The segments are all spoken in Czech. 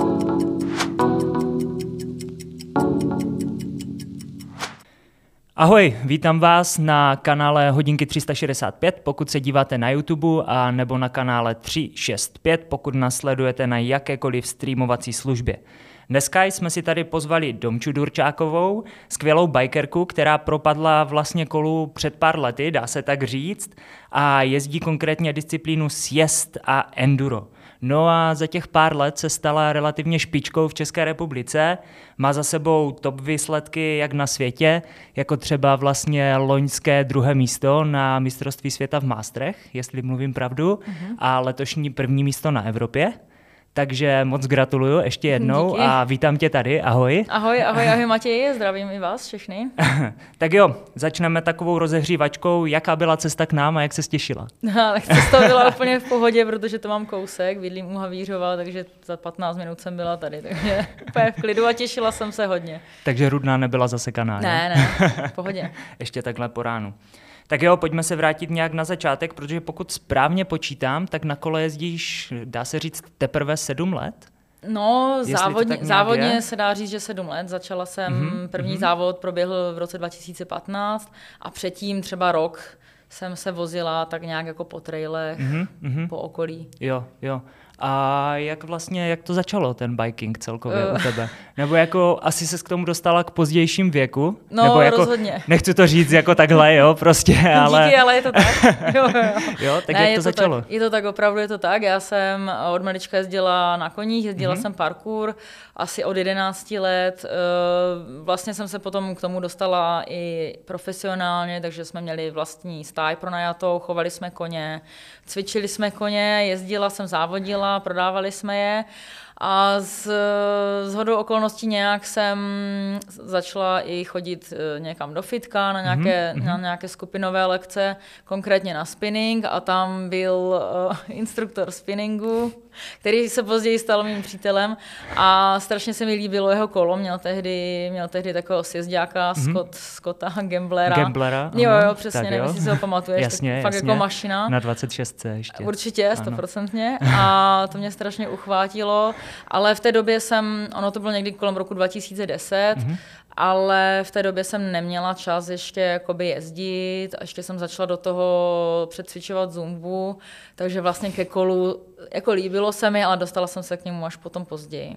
Ahoj, vítám vás na kanále Hodinky 365, pokud se díváte na YouTube, a nebo na kanále 365, pokud nás sledujete na jakékoliv streamovací službě. Dneska jsme si tady pozvali Domču Durčákovou, skvělou bikerku, která propadla vlastně kolu před pár lety, dá se tak říct, a jezdí konkrétně disciplínu sjezd a enduro. No a za těch pár let se stala relativně špičkou v České republice, má za sebou top výsledky jak na světě, jako třeba vlastně loňské 2. místo na mistrovství světa v Mástrech, jestli mluvím pravdu, a letošní 1. místo na Evropě. Takže moc gratuluju ještě jednou. Díky. A vítám tě tady, ahoj. Ahoj Matěji, zdravím i vás všechny. Tak jo, začneme takovou rozehřívačkou, jaká byla cesta k nám a jak se těšila? Cesta byla úplně v pohodě, protože to mám kousek, bydlím u Havířova, takže za 15 minut jsem byla tady, takže úplně v klidu a těšila jsem se hodně. Takže Rudná nebyla zasekaná, ne, v pohodě. Ještě takhle po ránu. Tak jo, pojďme se vrátit nějak na začátek, protože pokud správně počítám, tak na kole jezdíš, dá se říct, teprve 7 let? No, závodně se dá říct, že 7 let. Začala jsem, první závod proběhl v roce 2015 a předtím třeba rok jsem se vozila tak nějak jako po trailech, po okolí. Jo. A jak to začalo, ten biking celkově u tebe? Nebo jako asi ses k tomu dostala k pozdějším věku? No, nebo jako, rozhodně. Nechci to říct jako takhle, jo, prostě, ale... Díky, ale je to tak. Jo, tak jak to začalo? Je to tak, opravdu je to tak. Já jsem od malička jezdila na koních, jezdila jsem parkour, asi od 11 let. Vlastně jsem se potom k tomu dostala i profesionálně, takže jsme měli vlastní stáj pronajatou, chovali jsme koně, cvičili jsme koně, jezdila jsem, závodila, prodávali jsme je a shodou okolností nějak jsem začala i chodit někam do fitka na nějaké skupinové lekce, konkrétně na spinning, a tam byl instruktor spinningu, který se později stal mým přítelem a strašně se mi líbilo jeho kolo, měl tehdy takového sjezďáka, Scotta Gamblera. Jo, přesně, nevím, jestli si ho pamatuješ, jasně, fakt jako mašina. Na 26 ještě. Určitě, 100%. A to mě strašně uchvátilo, ale v té době ono to bylo někdy kolem roku 2010, ale v té době jsem neměla čas ještě jakoby jezdit a ještě jsem začala do toho předcvičovat zumbu, takže vlastně ke kolu jako líbilo se mi, ale dostala jsem se k němu až potom později.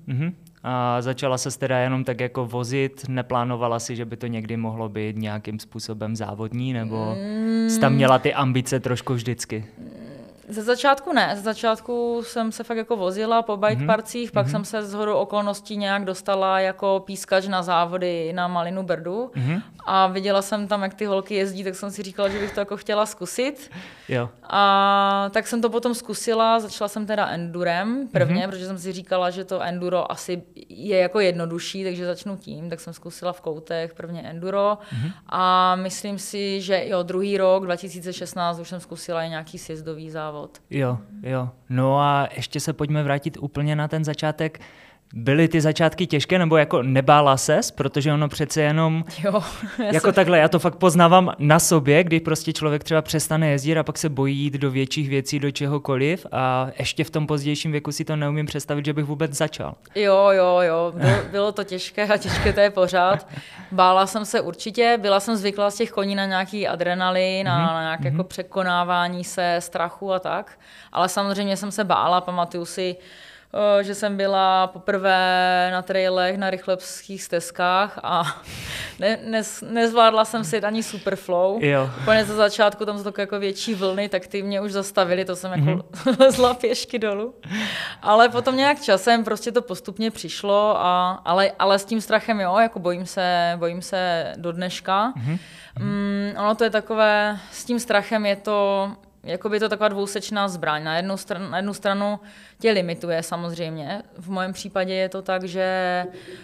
A začala ses teda jenom tak jako vozit, neplánovala si, že by to někdy mohlo být nějakým způsobem závodní, nebo jsi tam měla ty ambice trošku vždycky? Ze začátku ne. Ze začátku jsem se fakt jako vozila po bike parcích, pak jsem se shodou okolností nějak dostala jako pískač na závody na Malinu Brdu a viděla jsem tam, jak ty holky jezdí, tak jsem si říkala, že bych to jako chtěla zkusit. Jo. A tak jsem to potom zkusila, začala jsem teda endurem prvně, protože jsem si říkala, že to enduro asi je jako jednodušší, takže začnu tím, tak jsem zkusila v koutech prvně enduro a myslím si, že druhý rok 2016 už jsem zkusila i nějaký sjezdový závod. Jo. No a ještě se pojďme vrátit úplně na ten začátek. Byly ty začátky těžké, nebo jako nebála ses, protože ono přece jenom, takhle, já to fakt poznávám na sobě, kdy prostě člověk třeba přestane jezdit a pak se bojí jít do větších věcí, do čehokoliv, a ještě v tom pozdějším věku si to neumím představit, že bych vůbec začal. Jo, bylo to těžké a těžké to je pořád. Bála jsem se určitě, byla jsem zvyklá z těch koní na nějaký adrenalin, na nějaké jako překonávání se, strachu a tak, ale samozřejmě jsem se bála, pamatuju si, že jsem byla poprvé na trailech, na rychlebských stezkách a nezvládla jsem si ani Superflow. Úplně ze začátku tam jsou jako větší vlny, tak ty mě už zastavily, to jsem jako lezla pěšky dolů. Ale potom nějak časem prostě to postupně přišlo, ale s tím strachem jako bojím se do dneška. Ono to je takové, s tím strachem je to... Jakoby to taková dvousečná zbraň. Na jednu stranu tě limituje samozřejmě. V mém případě je to tak, že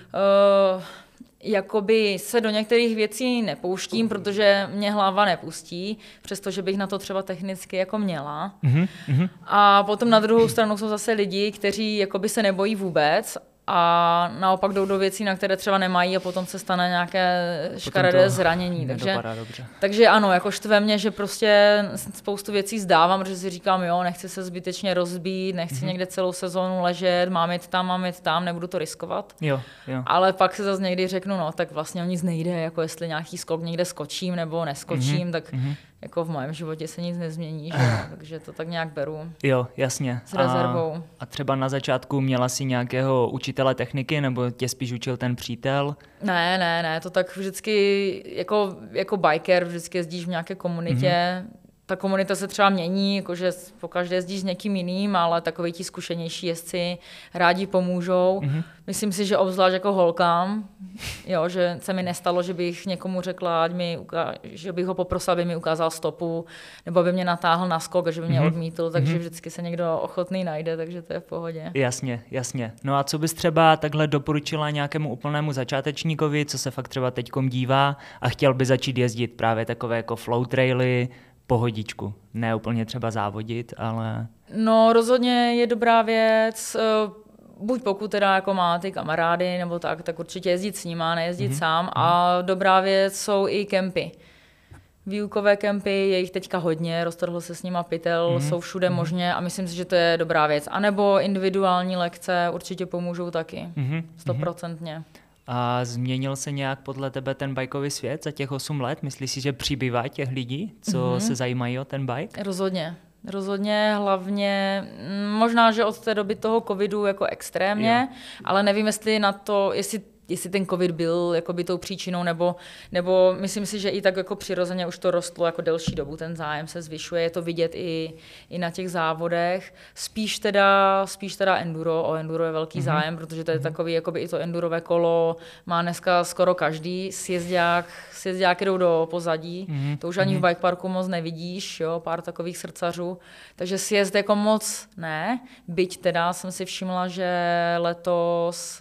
jakoby se do některých věcí nepouštím, protože mě hlava nepustí, přestože bych na to třeba technicky jako měla. A potom na druhou stranu jsou zase lidi, kteří jakoby se nebojí vůbec a naopak jdou do věcí, na které třeba nemají a potom se stane nějaké škaredé zranění. Takže ano, jako štve mě, že prostě spoustu věcí zdávám, protože si říkám, jo, nechci se zbytečně rozbít, nechci někde celou sezónu ležet, mám jít tam, nebudu to riskovat. Jo. Ale pak se zase někdy řeknu, no tak vlastně o nic nejde, jako jestli nějaký skok někde skočím nebo neskočím, tak jako v mém životě se nic nezmění, že? Takže to tak nějak beru. Jo, jasně. S rezervou. A třeba na začátku měla si nějakého učitele techniky, nebo tě spíš učil ten přítel? Ne, to tak vždycky, jako biker vždycky jezdíš v nějaké komunitě, ta komunita se třeba mění, jakože pokaždé jezdíš s někým jiným, ale takoví ti zkušenější jezdci rádi pomůžou. Myslím si, že obzvlášť jako holkám, jo, že se mi nestalo, že bych někomu řekla, že bych ho poprosil, aby mi ukázal stopu, nebo aby mě natáhl na skok, že by mě odmítl, takže vždycky se někdo ochotný najde, takže to je v pohodě. Jasně. No a co bys třeba takhle doporučila nějakému úplnému začátečníkovi, co se fakt třeba teďkom dívá a chtěl by začít jezdit právě takové jako flow traily, pohodičku, ne úplně třeba závodit, ale... No rozhodně je dobrá věc, buď pokud teda jako má ty kamarády nebo tak určitě jezdit s nima, nejezdit sám a dobrá věc jsou i kempy. Výukové kempy, je jich teďka hodně, roztrhl se s nima pytel, jsou všude možně a myslím si, že to je dobrá věc. A nebo individuální lekce určitě pomůžou taky, 100%. A změnil se nějak podle tebe ten bajkový svět za těch 8 let? Myslíš si, že přibývá těch lidí, co se zajímají o ten bike? Rozhodně, hlavně možná, že od té doby toho covidu jako extrémně, ale nevím, jestli ten covid byl jakoby tou příčinou, nebo myslím si, že i tak jako přirozeně už to rostlo jako delší dobu, ten zájem se zvyšuje, je to vidět i na těch závodech. Spíš teda enduro, o enduro je velký zájem, protože to je takový, jakoby i to endurové kolo má dneska skoro každý, sjezďáky jdou do pozadí, to už ani v bikeparku moc nevidíš, jo, pár takových srdcařů, takže sjezd jako moc ne, byť teda jsem si všimla, že letos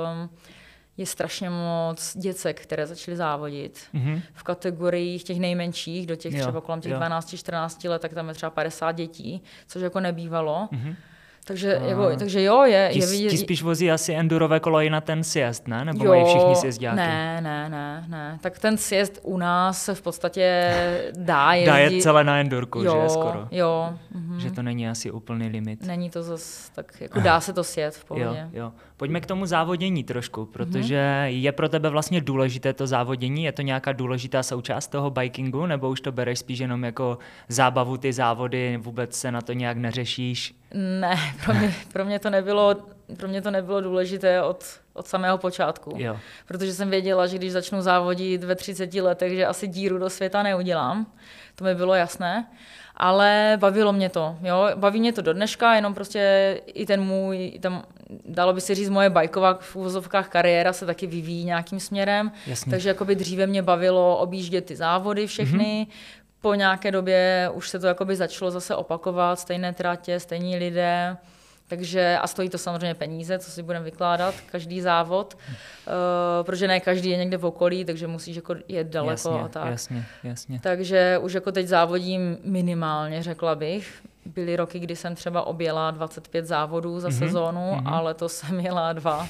je strašně moc děcek, které začaly závodit. V kategoriích těch nejmenších, do těch třeba kolem těch 12-14 let, tak tam je třeba 50 dětí, což jako nebývalo. Takže jo, je vidět... Ti spíš vozí asi endurové kolo i na ten sjezd, ne? Nebo mají všichni sjezďáky? Ne. Tak ten sjezd u nás se v podstatě dá jezdit. Dá jet celé na endurku, že skoro. Jo. Že to není asi úplný limit. Není to zase tak, jako dá se to sjet v pohodě. Jo. Pojďme k tomu závodění trošku, protože je pro tebe vlastně důležité to závodění? Je to nějaká důležitá součást toho bikingu, nebo už to bereš spíš jenom jako zábavu ty závody, vůbec se na to nějak neřešíš? Ne, pro mě to nebylo důležité od samého počátku. Jo. Protože jsem věděla, že když začnu závodit ve 30 letech, že asi díru do světa neudělám. To mi bylo jasné. Ale bavilo mě to. Jo? Baví mě to do dneška, jenom prostě i ten můj, dalo by se říct, moje bajková v uvozovkách kariéra se taky vyvíjí nějakým směrem. Jasně. Takže jakoby dříve mě bavilo objíždět ty závody všechny. Po nějaké době už se to jakoby začalo zase opakovat, stejné tratě, stejní lidé. Takže, a stojí to samozřejmě peníze, co si budeme vykládat, každý závod, protože ne každý je někde v okolí, takže musíš jako jet daleko jasně, a tak. Jasně. Takže už jako teď závodím minimálně, řekla bych. Byly roky, kdy jsem třeba objela 25 závodů za sezónu, ale to jsem jela 2,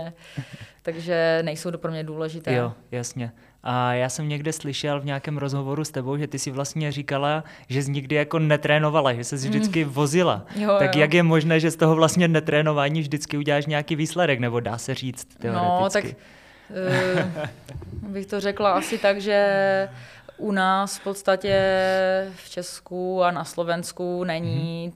takže nejsou to pro mě důležité. Jo, jasně. A já jsem někde slyšel v nějakém rozhovoru s tebou, že ty si vlastně říkala, že jsi nikdy jako netrénovala, že jsi vždycky vozila. Tak jak je možné, že z toho vlastně netrénování vždycky uděláš nějaký výsledek, nebo dá se říct teoreticky? No, tak bych to řekla asi tak, že u nás v podstatě v Česku a na Slovensku není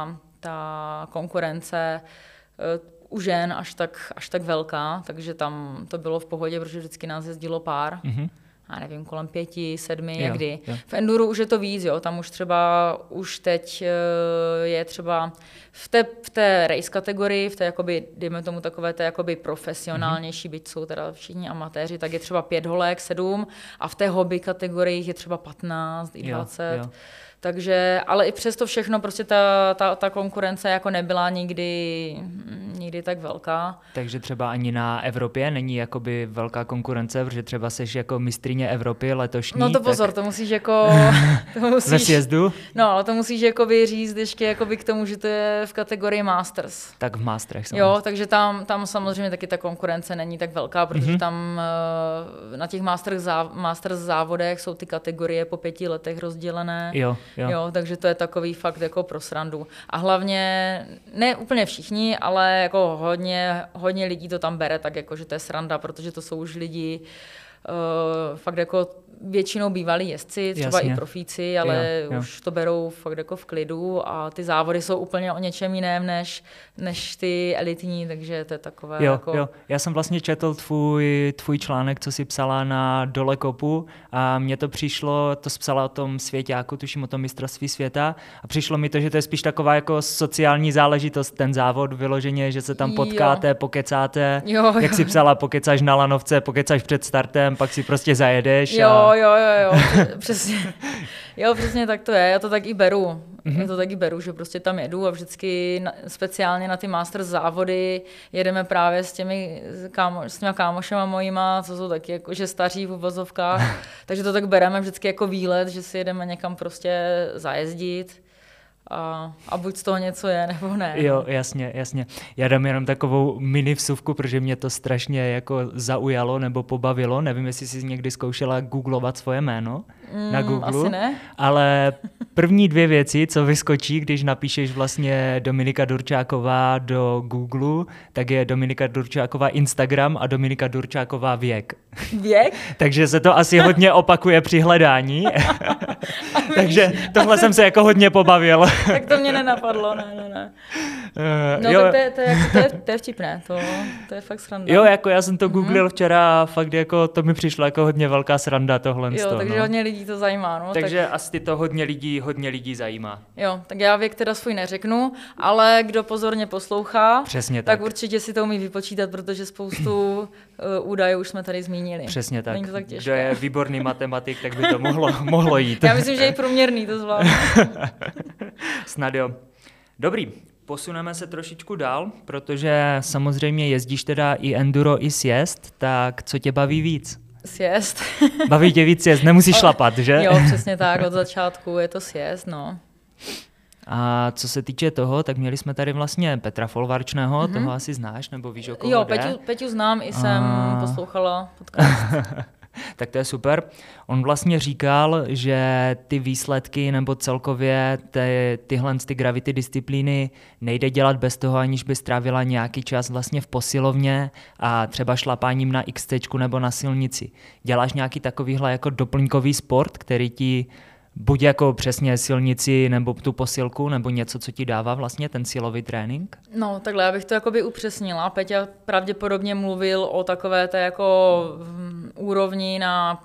ta konkurence u žen až tak velká, takže tam to bylo v pohodě, protože vždycky nás jezdilo pár. Já nevím, kolem 5, 7, někdy. Jo. V enduru už je to víc, jo. Tam už teď je třeba v té race kategorii, v té jakoby, dejme tomu takové té jakoby profesionálnější, byť jsou teda všichni amatéři, tak je třeba 5 holek, 7 a v té hobby kategorii je třeba 15 i 20. Jo. Takže, ale i přesto všechno, prostě ta konkurence jako nebyla nikdy tak velká. Takže třeba ani na Evropě není jakoby velká konkurence, protože třeba seš jako mistryně Evropy letošní. No to pozor, tak... to musíš jako... Ve sjezdu? No, ale to musíš jakoby říct ještě jakoby k tomu, že to je v kategorii Masters. Tak v Masterech samozřejmě. Jo, takže tam samozřejmě taky ta konkurence není tak velká, protože tam na těch Masters závodech jsou ty kategorie po 5 letech rozdělené. Jo, takže to je takový fakt jako pro srandu. A hlavně, ne úplně všichni, ale jako hodně lidí to tam bere tak jako, že to je sranda, protože to jsou už lidi fakt jako většinou bývalí jezdci, třeba i profíci, ale už to berou fakt jako v klidu a ty závody jsou úplně o něčem jiném než ty elitní, takže to je takové Jo. Já jsem vlastně četl tvůj článek, co jsi psala na Dole kopu a mně to přišlo, to jsi psala o tom svěťáku, tuším o tom mistrovství světa a přišlo mi to, že to je spíš taková jako sociální záležitost, ten závod vyloženě, že se tam potkáte, pokecáte, jak jsi psala, pokecáš na lanovce, pokecáš před startem, pak si prostě zajedeš. Jo, přesně. Jo, přesně tak to je, já to tak i beru. Já to taky beru, že prostě tam jedu a vždycky speciálně na ty Masters závody jedeme právě s těma kámošema mojima, co jsou taky jakože staří v uvozovkách, takže to tak bereme vždycky jako výlet, že si jedeme někam prostě zajezdit. A buď z toho něco je, nebo ne. Jo, jasně. Já dám jenom takovou mini vsuvku, protože mě to strašně jako zaujalo nebo pobavilo. Nevím, jestli jsi někdy zkoušela googlovat svoje jméno na Google. Asi ne. Ale první 2 věci, co vyskočí, když napíšeš vlastně Dominika Durčáková do Google, tak je Dominika Durčáková Instagram a Dominika Durčáková věk. Věk? Takže se to asi hodně opakuje při hledání. Takže tohle jsem se jako hodně pobavil. Tak to mě nenapadlo, ne. No tak to je vtipné, to je fakt sranda. Jo, jako já jsem to googlil včera a fakt jako to mi přišlo jako hodně velká sranda tohle. Jo, takže hodně lidí to zajímá. No, takže asi to hodně lidí zajímá. Jo, tak já věk teda svůj neřeknu, ale kdo pozorně poslouchá, tak určitě si to umí vypočítat, protože spoustu údajů už jsme tady zmínili. Přesně tak. Není to tak těžké. Kdo je výborný matematik, tak by to mohlo jít. Já myslím, že i průměrný to zvládne. Snad jo. Dobrý, posuneme se trošičku dál, protože samozřejmě jezdíš teda i enduro, i sjezd, tak co tě baví víc? Sjezd. Baví tě víc sjezd, nemusíš šlapat, že? Jo, přesně tak, od začátku je to sjezd, no. A co se týče toho, tak měli jsme tady vlastně Petra Folvarčného, toho asi znáš, nebo víš, o koho jde? Jo, Peťu znám, i jsem poslouchala podcast. Tak to je super. On vlastně říkal, že ty výsledky nebo celkově tyhle gravity disciplíny nejde dělat bez toho, aniž by strávila nějaký čas vlastně v posilovně a třeba šlapáním na XC nebo na silnici. Děláš nějaký takovýhle jako doplňkový sport, který ti buď jako přesně silnici nebo tu posilku, nebo něco, co ti dává vlastně ten silový trénink? No, takhle, já bych to jakoby upřesnila. Peťa pravděpodobně mluvil o takové té jako úrovni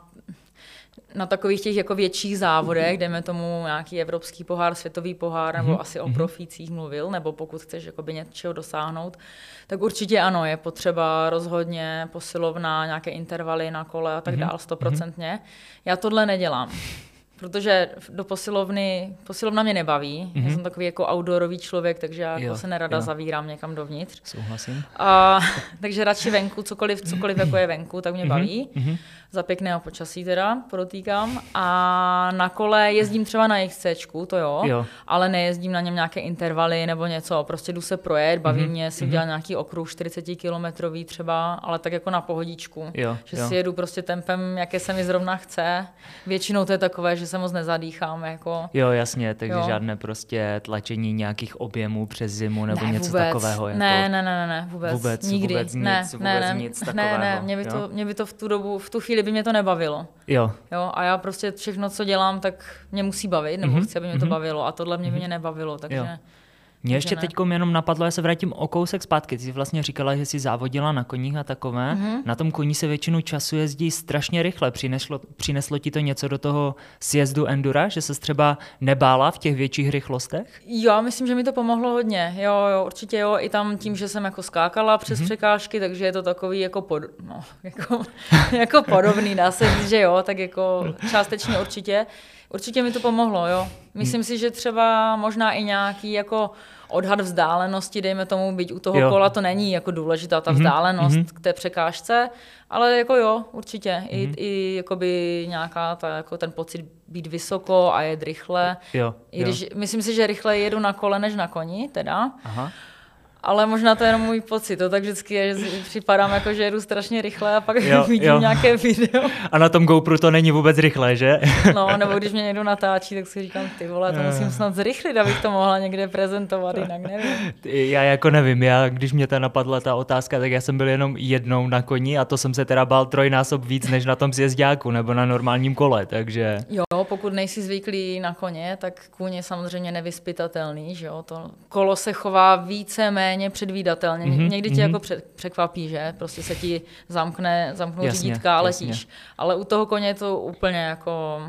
na takových těch jako větších závodech, dejme tomu nějaký evropský pohár, světový pohár, nebo asi o profících mluvil, nebo pokud chceš jakoby něčeho dosáhnout, tak určitě ano, je potřeba rozhodně posilovna, nějaké intervaly na kole a tak dál, 100%. Já tohle nedělám. Protože do posilovna mě nebaví. Já jsem takový jako outdoorový člověk, takže já jako se nerada zavírám někam dovnitř. Souhlasím. Takže radši venku, cokoliv jako je venku, tak mě baví. Za pěkného počasí teda, podotýkám. A na kole jezdím třeba na XCčku, to jo, ale nejezdím na něm nějaké intervaly nebo něco. Prostě jdu se projet, baví mě si dělat nějaký okruh 40 kilometrový třeba, ale tak jako na pohodičku. Že si jedu prostě tempem, jaké se mi zrovna chce. Většinou to je takové, že se moc nezadýchám. Jako. Jo, jasně, takže žádné prostě tlačení nějakých objemů přes zimu nebo ne, něco vůbec. takového. Jako... Ne, vůbec. Nikdy. Vůbec nic takového. Ne, mě by to v tu chvíli by mě to nebavilo. Jo, a já prostě všechno, co dělám, tak mě musí bavit, nebo chci, aby mě to bavilo a tohle mě by mě nebavilo, takže... Mě ještě teď jenom napadlo, já se vrátím o kousek zpátky. Ty jsi vlastně říkala, že jsi závodila na koních a takové. Na tom koni se většinu času jezdí strašně rychle. Přineslo ti to něco do toho sjezdu endura, že ses třeba nebála v těch větších rychlostech? Jo, myslím, že mi to pomohlo hodně. Jo, určitě jo. I tam tím, že jsem jako skákala přes překážky, takže je to takový jako podobný, dá se říct, že jo, tak jako částečně určitě. Určitě mi to pomohlo, jo. Myslím si, že třeba možná i nějaký jako odhad vzdálenosti, dejme tomu, byť u toho kola to není jako důležitá ta vzdálenost k té překážce, ale jako jo, určitě. I jakoby nějaká jako ten pocit být vysoko a jet rychle. I když myslím si, že rychle jedu na kole než na koni, teda. Aha. Ale možná to je jenom můj pocit, to tak vždycky je, že si připadám jako, že jedu strašně rychle a pak vidím nějaké video. A na tom GoPru to není vůbec rychlé, že? No, nebo když mě někdo natáčí, tak si říkám, ty vole, to musím snad zrychlit, abych to mohla někde prezentovat, jinak nevím. Já jako nevím, když mě ta napadla ta otázka, tak já jsem byl jenom jednou na koni a to jsem se teda bál trojnásob víc, než na tom sjezďáku nebo na normálním kole, takže... Jo, pokud nejsi zvyklý na koně, tak kůň je samozřejmě nevyzpytatelný, že jo, to kolo se chová víceméně předvídatelně. Někdy tě jako překvapí, že? Prostě se ti zamknou řídítka a letíš. Jasně. Ale u toho koně je to úplně jako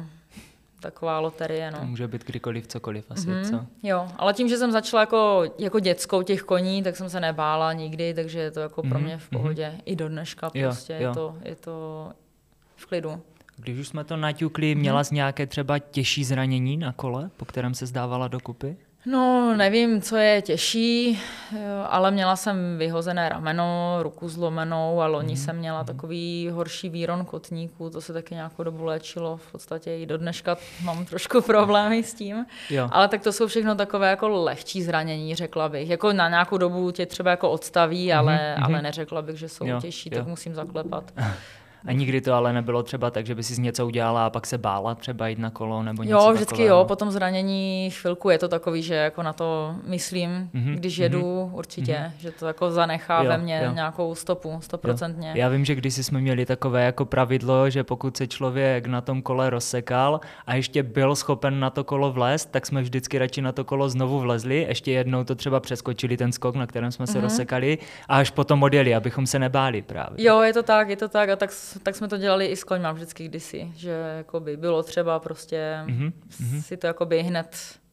taková loterie. No. To může být kdykoliv, cokoliv asi, co? Jo, ale tím, že jsem začala jako dětskou těch koní, tak jsem se nebála nikdy, takže je to jako pro mě v pohodě. I do dneška prostě je to v klidu. Když už jsme to naťukli, měla jsi nějaké třeba těžší zranění na kole, po kterém se zdávala dokupy? No, nevím, co je těžší, ale měla jsem vyhozené rameno, ruku zlomenou a loni jsem měla takový horší výron kotníků, to se taky nějakou dobu léčilo, v podstatě i do dneška mám trošku problémy s tím, ale tak to jsou všechno takové jako lehčí zranění, řekla bych. Jako na nějakou dobu tě třeba jako odstaví, ale neřekla bych, že jsou těžší, tak musím zaklepat. A nikdy to ale nebylo třeba tak, že by si něco udělala a pak se bála třeba jít na kolo nebo něco takového? Jo, vždycky jo, po tom zranění chvilku je to takový, že jako na to myslím, když jedu určitě, že to jako zanechá ve mně nějakou stopu, 100%. Já vím, že když jsme měli takové jako pravidlo, že pokud se člověk na tom kole rozsekal a ještě byl schopen na to kolo vlézt, tak jsme vždycky radši na to kolo znovu vlezli, ještě jednou to třeba přeskočili ten skok, na kterém jsme se rozsekali a až potom odjeli, abychom se nebáli právě. Jo, je to tak a tak jsme to dělali i s koňma vždycky kdysi, že jakoby bylo třeba prostě si to jakoby hned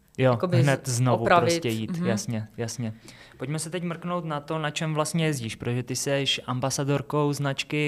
znovu opravit. Prostě jít, jasně. Pojďme se teď mrknout na to, na čem vlastně jezdíš, protože ty seš ambasadorkou značky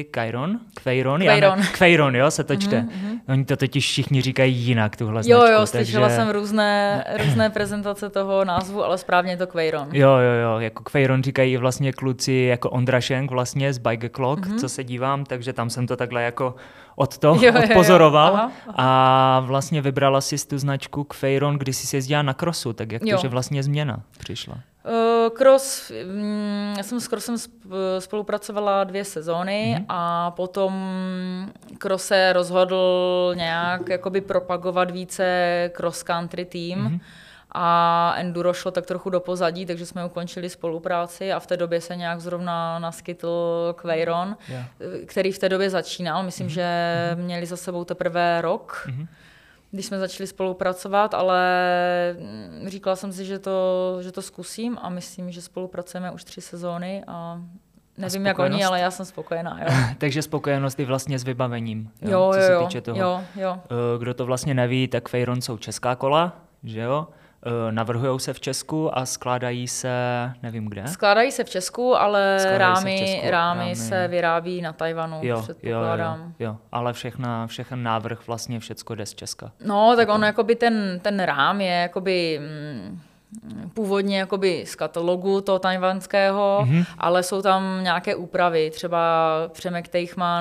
Queyron, jo, se to čte. Oni to totiž všichni říkají jinak, tuhle značku. Jo, slyšela jsem různé prezentace toho názvu, ale správně je to Queyron. Jo, jako Queyron říkají vlastně kluci jako Ondrašenk vlastně z Bike Clock, co se dívám, takže tam jsem to takhle jako odpozoroval a vlastně vybrala si tu značku Queyron, když jsi jezdila na crossu, tak jak to, že vlastně změna přišla? Cross, já jsem s Crossem spolupracovala 2 sezóny a potom Cross se rozhodl nějak jakoby propagovat více cross country tým a enduro šlo tak trochu do pozadí, takže jsme ukončili spolupráci a v té době se nějak zrovna naskytl Queyron, který v té době začínal. Myslím, že měli za sebou teprve rok. Když jsme začali spolupracovat, ale říkala jsem si, že to zkusím a myslím, že spolupracujeme už 3 sezóny a nevím jak oni, ale já jsem spokojená. Jo. Takže spokojenost i vlastně s vybavením, co se týče toho. Jo. Kdo to vlastně neví, tak Queyron jsou česká kola, že jo? Navrhujou se v Česku a skládají se, nevím kde. Skládají se v Česku, ale rámy se vyrábí na Tajvanu, předpokládám. Jo, ale všechen návrh vlastně všecko jde z Česka. No, tak on jakoby ten rám je jakoby původně jakoby z katalogu toho tajvanského, ale jsou tam nějaké úpravy, třeba Přemek Teichmann,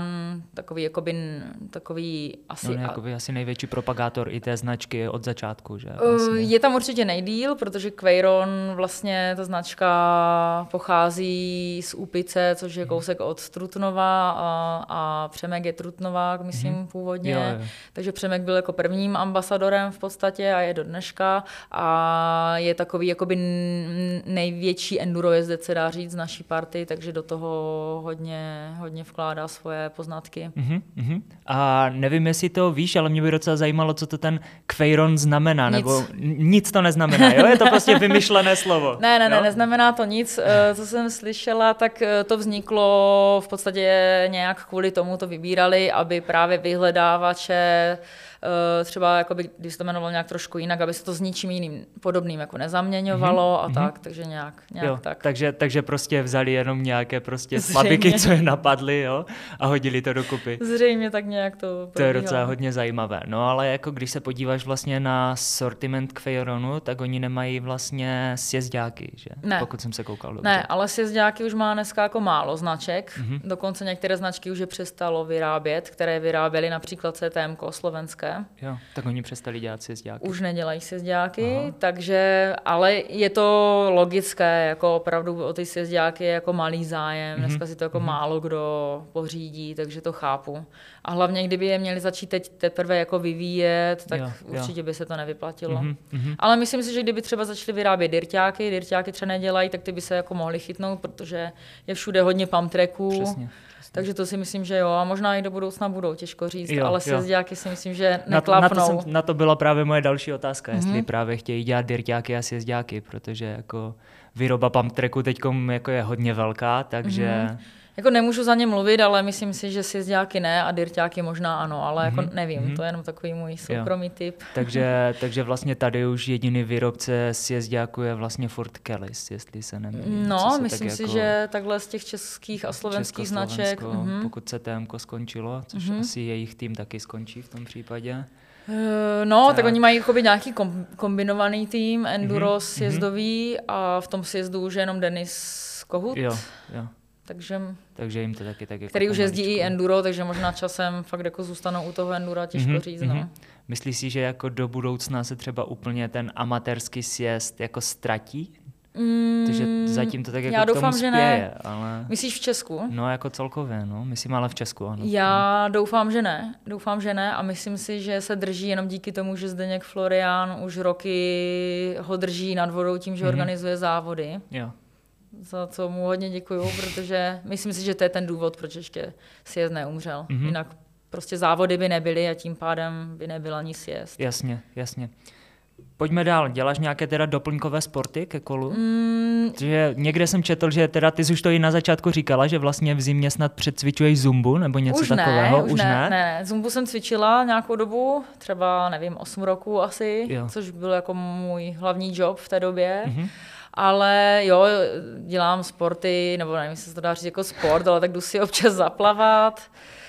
takový asi největší propagátor i té značky od začátku, že? Je tam určitě nejdýl, protože Queyron vlastně ta značka pochází z Úpice, což je kousek od Trutnova a Přemek je Trutnovák, myslím původně. Jo. Takže Přemek byl jako prvním ambasadorem v podstatě a je do dneška a je takový jakoby největší enduro jezdec, se dá říct, z naší party, takže do toho hodně vkládá svoje poznatky. A nevím, jestli to víš, ale mě by docela zajímalo, co to ten Queyron znamená, nebo nic to neznamená, jo? Je to prostě vymyšlené slovo. Ne, neznamená to nic. Co jsem slyšela, tak to vzniklo v podstatě nějak kvůli tomu to vybírali, aby právě vyhledávače třeba jakoby, když se to jmenovalo nějak trošku jinak, aby se to s ničím jiným podobným jako nezaměňovalo a tak, takže nějak tak. Takže prostě vzali jenom nějaké prostě slabiky, co je napadly, jo, a hodili to dokupy. Zřejmě tak nějak to probíhalo. To je docela hodně zajímavé. No ale jako když se podíváš vlastně na sortiment Kveironu, tak oni nemají vlastně sjezďáky, že? Ne. Pokud jsem se koukal dobře. Ne, ale sjezďáky už má dneska jako málo značek. Dokonce některé značky už je přestalo vyrábět, které vyráběly například CTM slovenské. Jo, tak oni přestali dělat sjezďáky. Už nedělají sjezďáky, takže, ale je to logické, jako opravdu o ty sjezďáky je jako malý zájem. Dneska si to jako málo kdo pořídí, takže to chápu. A hlavně, kdyby je měli začít teď teprve jako vyvíjet, tak určitě by se to nevyplatilo. Ale myslím si, že kdyby třeba začali vyrábět dirťáky třeba nedělají, tak ty by se jako mohli chytnout, protože je všude hodně pump tracků. Přesně. Takže to si myslím, že jo. A možná i do budoucna budou, těžko říct, ale sjezďáky si myslím, že neklapnou. Na to byla právě moje další otázka, jestli právě chtějí dělat dirťáky a sjezďáky, protože jako výroba pump tracku teďkom jako je hodně velká, takže... Jako nemůžu za ně mluvit, ale myslím si, že sjezďáky ne a dirťáky možná ano, ale jako nevím, to je jenom takový můj soukromý tip. Takže vlastně tady už jediný výrobce sjezďáků je vlastně Ford Kellys, jestli se nemýlím. No, myslím si, že takhle z těch českých a slovenských značek. Pokud CTM skončilo, což asi jejich tým taky skončí v tom případě. No, tak oni mají nějaký kombinovaný tým, enduro sjezdový a v tom sjezdu už je jenom Denis Kohut. Jo. Takže jim to taky tak jako který už jezdí i enduro, takže možná časem fakt jako zůstanou u toho endura, těžko říct. No. Myslíš si, že jako do budoucna se třeba úplně ten amatérský sjezd jako ztratí? Takže zatím to tak jako já doufám, k tomu že spěje, ne. ale... Myslíš v Česku? No jako celkově, no. Myslím ale v Česku, ano. Já doufám, že ne a myslím si, že se drží jenom díky tomu, že Zdeněk Florian už roky ho drží nad vodou tím, že organizuje závody. Jo. Za co mu hodně děkuju, protože myslím si, že to je ten důvod, proč ještě sjezd neumřel. Jinak prostě závody by nebyly a tím pádem by nebyl ani sjezd. Jasně. Pojďme dál. Děláš nějaké teda doplňkové sporty ke kolu? Že někde jsem četl, že teda ty jsi už to i na začátku říkala, že vlastně v zimě snad předcvičuješ zumbu nebo něco takového. Už ne. Zumbu jsem cvičila nějakou dobu, třeba nevím, 8 roků asi, což byl jako můj hlavní job v té době. Ale jo, dělám sporty, nebo nevím, jestli se to dá říct jako sport, ale tak jdu si občas zaplavat.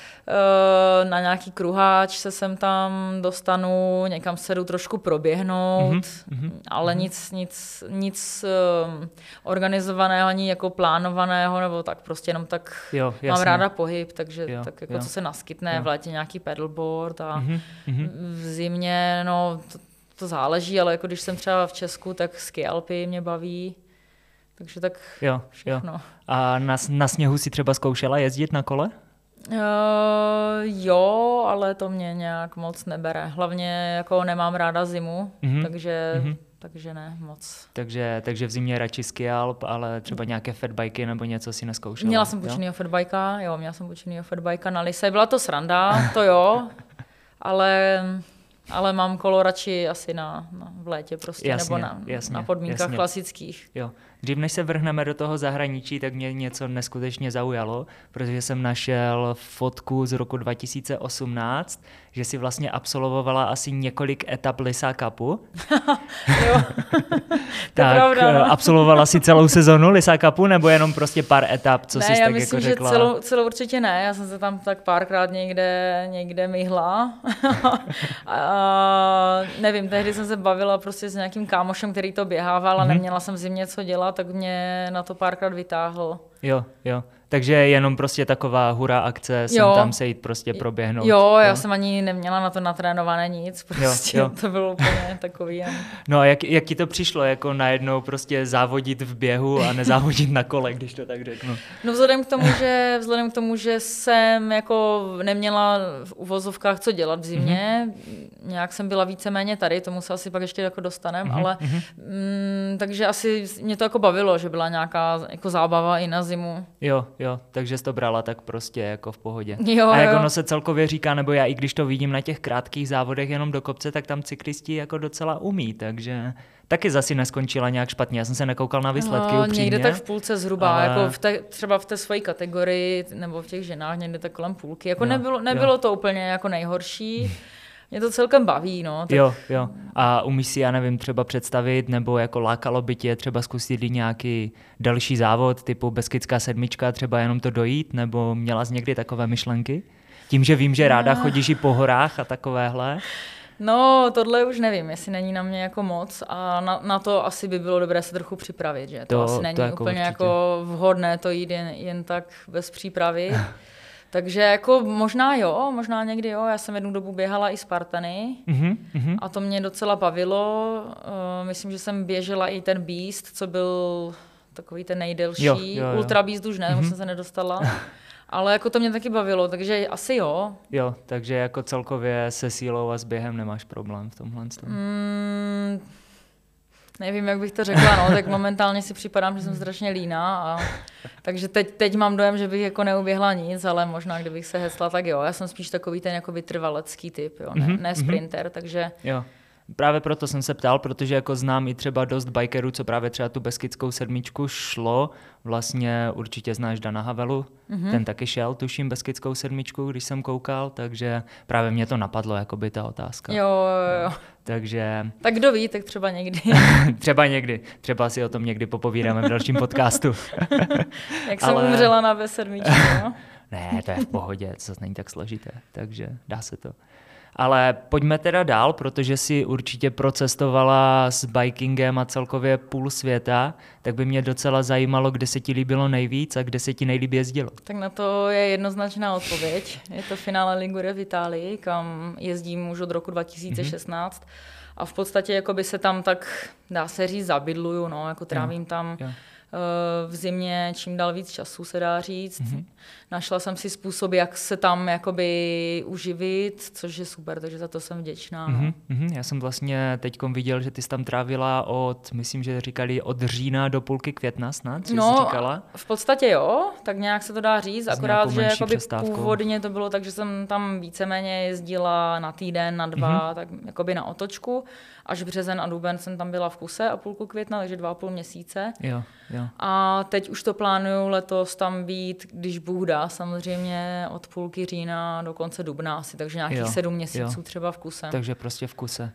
Na nějaký kruháč se sem tam dostanu, někam se jdu trošku proběhnout, ale nic organizovaného, ani jako plánovaného, nebo tak prostě jenom tak mám ráda pohyb, takže tak jako co se naskytne, v létě nějaký pedalboard a v zimě, no to záleží, ale jako když jsem třeba v Česku, tak ski alpy mě baví, takže tak všechno. Jo. A na sněhu si třeba zkoušela jezdit na kole? Jo, ale to mě nějak moc nebere. Hlavně jako nemám ráda zimu, takže ne moc. Takže v zimě radši ski alp, ale třeba nějaké fatbiky nebo něco si neskoušela? Měla jsem půjčenýho fatbajka na Lise. Byla to sranda, to jo, ale mám kolo radši asi v létě prostě, nebo na podmínkách klasických. Jo. Dřív než se vrhneme do toho zahraničí, tak mě něco neskutečně zaujalo, protože jsem našel fotku z roku 2018, že si vlastně absolvovala asi několik etap Lisa Cupu. Jo, tak pravda, no. Absolvovala si celou sezonu Lisa Cupu, nebo jenom prostě pár etap, co jsi tak jako řekla? Ne, já myslím, že celou určitě ne. Já jsem se tam tak párkrát někde myhla. A nevím, tehdy jsem se bavila prostě s nějakým kámošem, který to běhával a neměla jsem v zimě co dělat, tak mě na to párkrát vytáhl. Jo. Takže jenom prostě taková hurá akce, sem tam se jít prostě proběhnout. Jo, já jsem ani neměla na to natrénované nic, prostě to bylo úplně takový. No a jak ti to přišlo, jako najednou prostě závodit v běhu a nezávodit na kole, když to tak řeknu? No vzhledem k tomu, že jsem jako neměla v uvozovkách co dělat v zimě, nějak jsem byla víceméně tady, tomu se asi pak ještě jako dostanem, ale takže asi mě to jako bavilo, že byla nějaká jako zábava i na zimu. Jo, takže jsi to brala tak prostě jako v pohodě. Jo, a jak ono se celkově říká, nebo já i když to vidím na těch krátkých závodech jenom do kopce, tak tam cyklisti jako docela umí, takže taky zase neskončila nějak špatně. Já jsem se nekoukal na výsledky upřímně. Někde tak v půlce zhruba, ale... jako třeba v té své kategorii, nebo v těch ženách někde tak kolem půlky. Jako nebylo to úplně jako nejhorší. Mě to celkem baví, no. Tak... Jo. A umíš si, já nevím, třeba představit, nebo jako lákalo by tě třeba zkusit i nějaký další závod, typu Beskidská sedmička, třeba jenom to dojít, nebo měla jsi někdy takové myšlenky? Tím, že vím, že ráda chodíš i po horách a takovéhle. No, tohle už nevím, jestli není na mě jako moc a na to asi by bylo dobré se trochu připravit, že to asi není jako úplně jako vhodné to jít jen tak bez přípravy. Takže jako možná někdy jo, já jsem jednu dobu běhala i Spartany a to mě docela bavilo. Myslím, že jsem běžela i ten Beast, co byl takový ten nejdelší. Jo. Ultra Beast už ne, už jsem se nedostala. Ale jako to mě taky bavilo, takže asi jo. Jo, takže jako celkově se sílou a s během nemáš problém v tomhle? Nevím, jak bych to řekla, no, tak momentálně si připadám, že jsem strašně líná, takže teď mám dojem, že bych jako neuběhla nic, ale možná kdybych se hecla, tak jo, já jsem spíš takový ten jako vytrvalecký typ, jo, ne sprinter, takže... Jo. Právě proto jsem se ptal, protože jako znám i třeba dost bikerů, co právě třeba tu Beskidskou sedmičku šlo. Vlastně určitě znáš Dana Havelu, ten taky šel, tuším, Beskidskou sedmičku, když jsem koukal, takže právě mě to napadlo, jakoby ta otázka. Jo. Takže... Tak kdo ví, tak třeba někdy. Třeba si o tom někdy popovídáme v dalším podcastu. Jak jsem umřela na B7, no? Ne, to je v pohodě, to není tak složité, takže dá se to. Ale pojďme teda dál, protože si určitě procestovala s bikingem a celkově půl světa, tak by mě docela zajímalo, kde se ti líbilo nejvíc a kde se ti nejlíp jezdilo. Tak na to je jednoznačná odpověď. Je to finále Ligure v Itálii, kam jezdím už od roku 2016 a v podstatě jakoby se tam tak, dá se říct, zabydluju, no, jako trávím tam v zimě čím dál víc času, se dá říct. Našla jsem si způsob, jak se tam jakoby uživit, což je super, takže za to jsem vděčná. No. Já jsem vlastně teďkom viděl, že ty jsi tam trávila myslím, že říkali od října do půlky května snad, jsi říkala? V podstatě jo, tak nějak se to dá říct, akorát, že jakoby původně to bylo tak, že jsem tam víceméně jezdila na týden, na dva, tak jakoby na otočku, až březen a duben jsem tam byla v kuse a půlku května, takže 2,5 měsíce. Jo. A teď už to plánuju letos tam být, když Bůh dá, samozřejmě od půlky října do konce dubna asi, takže nějakých 7 měsíců třeba v kuse. Takže prostě v kuse.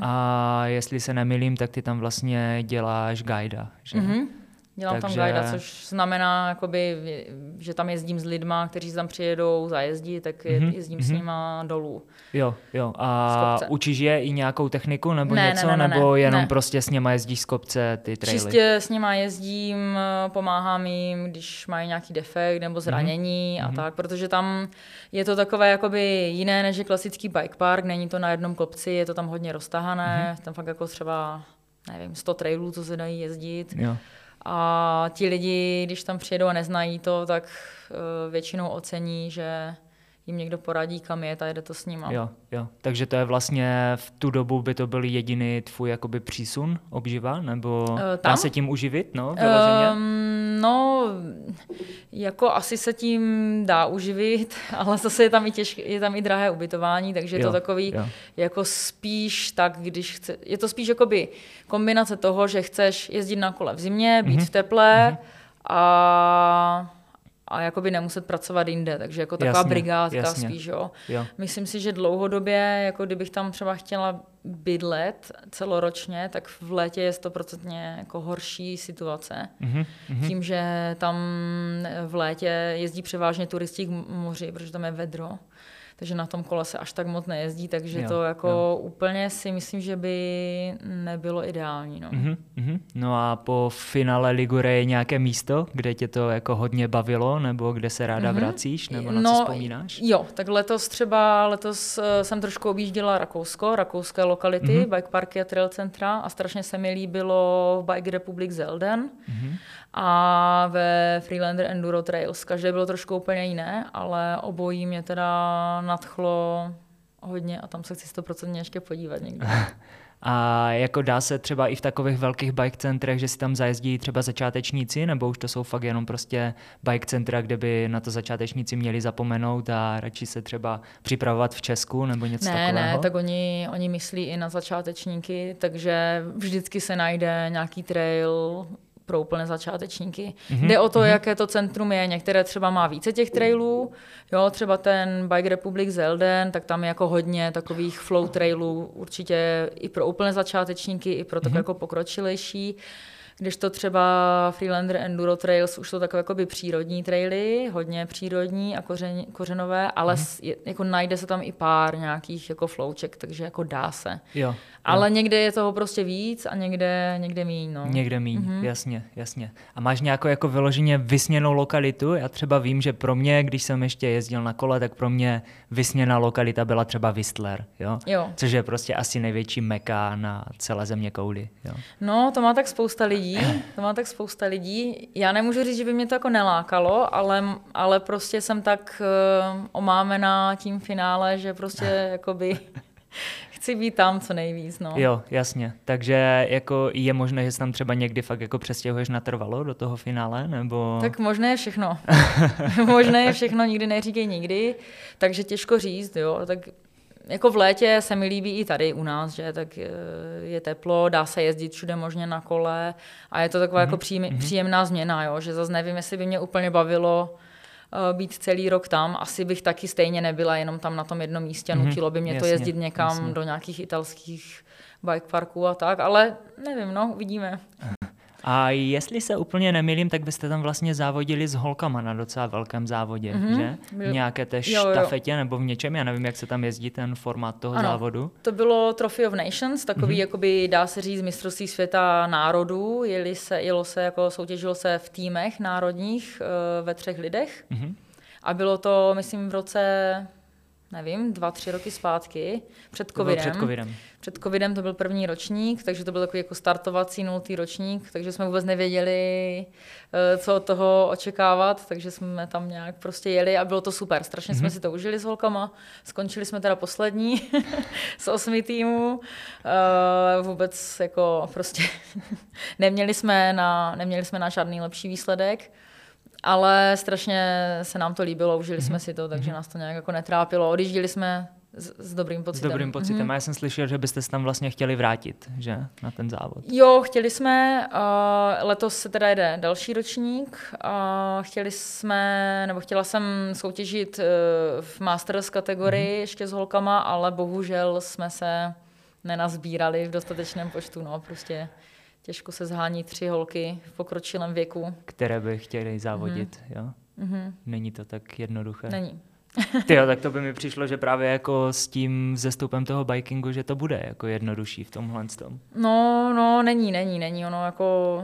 A jestli se nemýlím, tak ty tam vlastně děláš guida, že? Dělám tam guida, což znamená, jakoby, že tam jezdím s lidma, kteří tam přijedou zajezdit, tak jezdím s nima dolů. Jo. A učíš je i nějakou techniku nebo něco? Nebo jenom prostě s nima jezdíš z kopce ty traily? Čistě s nima jezdím, pomáhám jim, když mají nějaký defekt nebo zranění a tak, protože tam je to takové jakoby jiné než je klasický bike park, není to na jednom kopci, je to tam hodně roztahané, tam fakt jako třeba, nevím, 100 trailů, co se dají jezdit. Jo. A ti lidi, když tam přijedou a neznají to, tak většinou ocení, že jim někdo poradí, kam jet a jede to s nima. Jo. Takže to je vlastně v tu dobu by to byl jediný tvůj jakoby přísun, obživa? Nebo dá se tím uživit, vyloženě? No, jako asi se tím dá uživit, ale zase je tam i drahé ubytování, takže je to takový jako spíš tak, je to spíš jakoby kombinace toho, že chceš jezdit na kole v zimě, být v teple a jakoby nemuset pracovat jinde, takže jako taková brigádka spíš, jo. Myslím si, že dlouhodobě, jako kdybych tam třeba chtěla bydlet celoročně, tak v létě je 100% jako horší situace. Tím, že tam v létě jezdí převážně turisti k moři, protože tam je vedro. Takže na tom kole se až tak moc nejezdí, takže to jako úplně si myslím, že by nebylo ideální. No. No a po finále Ligure je nějaké místo, kde tě to jako hodně bavilo, nebo kde se ráda vracíš, nebo na co vzpomínáš? Jo, tak letos jsem trošku objížděla rakouské lokality, bike parky a trail centra a strašně se mi líbilo v Bike Republic Zelden a ve Freelander Enduro Trails. Každé bylo trošku úplně jiné, ale obojí mě teda nadchlo hodně a tam se chci 100% ještě podívat někdy. A jako dá se třeba i v takových velkých bike centrech, že si tam zajezdí třeba začátečníci, nebo už to jsou fakt jenom prostě bike centra, kde by na to začátečníci měli zapomenout a radši se třeba připravovat v Česku nebo něco takového? Ne, tak oni myslí i na začátečníky, takže vždycky se najde nějaký trail, pro úplné začátečníky. Jde o to, jaké to centrum je. Některé třeba má více těch trailů, jo, třeba ten Bike Republic Zelden, tak tam je jako hodně takových flow trailů, určitě i pro úplné začátečníky, i pro tak jako pokročilejší. Když to třeba Freelander Enduro Trails už jsou takové jakoby přírodní traily, hodně přírodní a kořenové, ale jako najde se tam i pár nějakých jako flowček, takže jako dá se. Jo. Ale někde je toho prostě víc a někde míň. No. Někde míň, jasně. A máš nějakou jako vyloženě vysněnou lokalitu? Já třeba vím, že pro mě, když jsem ještě jezdil na kole, tak pro mě vysněná lokalita byla třeba Whistler, jo? Což je prostě asi největší meka na celé zeměkouli. Jo? No, to má tak spousta lidí. Já nemůžu říct, že by mě to jako nelákalo, ale prostě jsem tak omámená tím finále, že prostě jakoby chci být tam co nejvíc, no. Jo, jasně. Takže jako je možné, že se tam třeba někdy fakt jako přestěhuješ natrvalo do toho finále, nebo... Tak možné je všechno. Možné je všechno, nikdy neříkej nikdy, takže těžko říct, jo. Tak jako v létě se mi líbí i tady u nás, že tak je teplo, dá se jezdit všude možně na kole a je to taková jako příjemná změna, jo, že zase nevím, jestli by mě úplně bavilo být celý rok tam. Asi bych taky stejně nebyla jenom tam na tom jednom místě. Nutilo by mě to jezdit někam do nějakých italských bike parků a tak, ale nevím, no, uvidíme. A jestli se úplně nemýlím, tak byste tam vlastně závodili s holkama na docela velkém závodě, že? V nějaké té štafetě nebo v něčem, já nevím, jak se tam jezdí ten formát toho závodu. To bylo Trophy of Nations, takový, jakoby dá se říct, mistrovství světa národů, soutěžilo se v týmech národních ve 3 lidech. A bylo to, myslím, v roce... nevím, 2-3 roky zpátky, před covidem. Před covidem to byl první ročník, takže to byl takový jako startovací 0. ročník, takže jsme vůbec nevěděli, co od toho očekávat, takže jsme tam nějak prostě jeli a bylo to super. Strašně jsme si to užili s holkama. Skončili jsme teda poslední z 8 týmů. Vůbec jako prostě neměli jsme na žádný lepší výsledek. Ale strašně se nám to líbilo, užili jsme si to, takže nás to nějak jako netrápilo. Odjížděli jsme s dobrým pocitem. S dobrým pocitem. A já jsem slyšel, že byste se tam vlastně chtěli vrátit, že? Na ten závod. Jo, chtěli jsme. Letos se teda jede další ročník. Chtěla jsem soutěžit v Masters kategorii ještě s holkama, ale bohužel jsme se nenazbírali v dostatečném počtu. No, prostě těžko se zhání 3 holky v pokročilém věku. Které by chtěly závodit, jo? Není to tak jednoduché. Není. Tyjo, tak to by mi přišlo, že právě jako s tím vzestupem toho bikingu, že to bude jako jednodušší v tomhle tom. No, není. Ono jako...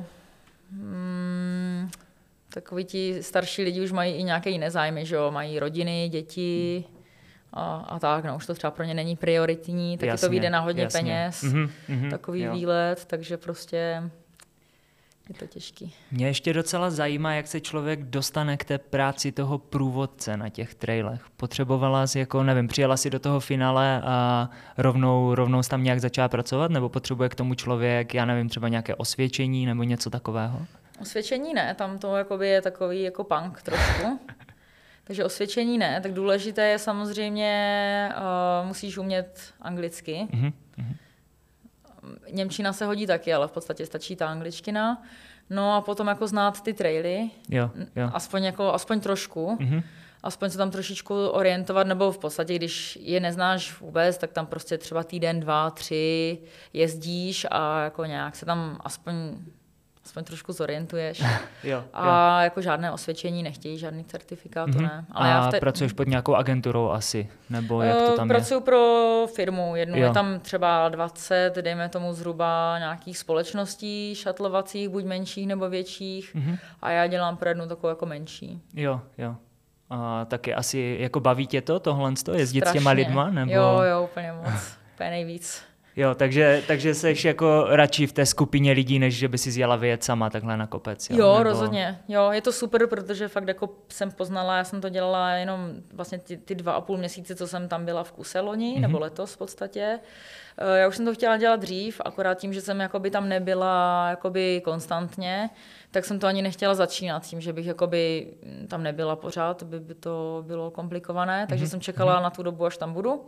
takoví ti starší lidi už mají i nějaké jiné zájmy, že jo? Mají rodiny, děti a tak, no, už to třeba pro ně není prioritní, taky to vyjde na hodně peněz, takový výlet, takže prostě je to těžký. Mě ještě docela zajímá, jak se člověk dostane k té práci toho průvodce na těch trailech. Potřebovala jsi, jako, nevím, přijela si do toho finále a rovnou jsi tam nějak začala pracovat, nebo potřebuje k tomu člověk, já nevím, třeba nějaké osvědčení nebo něco takového? Osvědčení ne, tam to jakoby je takový jako punk trošku. Takže osvědčení ne, tak důležité je samozřejmě, musíš umět anglicky. Němčina se hodí taky, ale v podstatě stačí ta angličtina. No a potom jako znát ty traily, jo. Aspoň trošku, aspoň se tam trošičku orientovat, nebo v podstatě, když je neznáš vůbec, tak tam prostě třeba týden, 2, 3 jezdíš a jako nějak se tam aspoň trošku zorientuješ. A jako žádné osvědčení nechtějí, žádný certifikát, to ne. Ale pracuješ pod nějakou agenturou asi? Nebo jak to tam pracuji pro firmu jednu. Je tam třeba 20, dejme tomu zhruba nějakých společností šatlovacích, buď menších nebo větších. A já dělám pro jednu takovou jako menší. Jo. A taky asi jako baví tě tohle jezdit strašně s těma lidma? Nebo... Jo, úplně moc. Úplně nejvíc. Jo, takže seš jako radši v té skupině lidí, než že by si jela vyjet sama takhle na kopec. Jo, nebo... rozhodně. Jo, je to super, protože fakt jako jsem poznala, já jsem to dělala jenom vlastně ty 2,5 měsíce, co jsem tam byla v kuse loni, nebo letos v podstatě. Já už jsem to chtěla dělat dřív, akorát tím, že jsem jakoby tam nebyla jakoby konstantně, tak jsem to ani nechtěla začínat tím, že bych jakoby tam nebyla pořád, by to bylo komplikované, takže jsem čekala na tu dobu, až tam budu.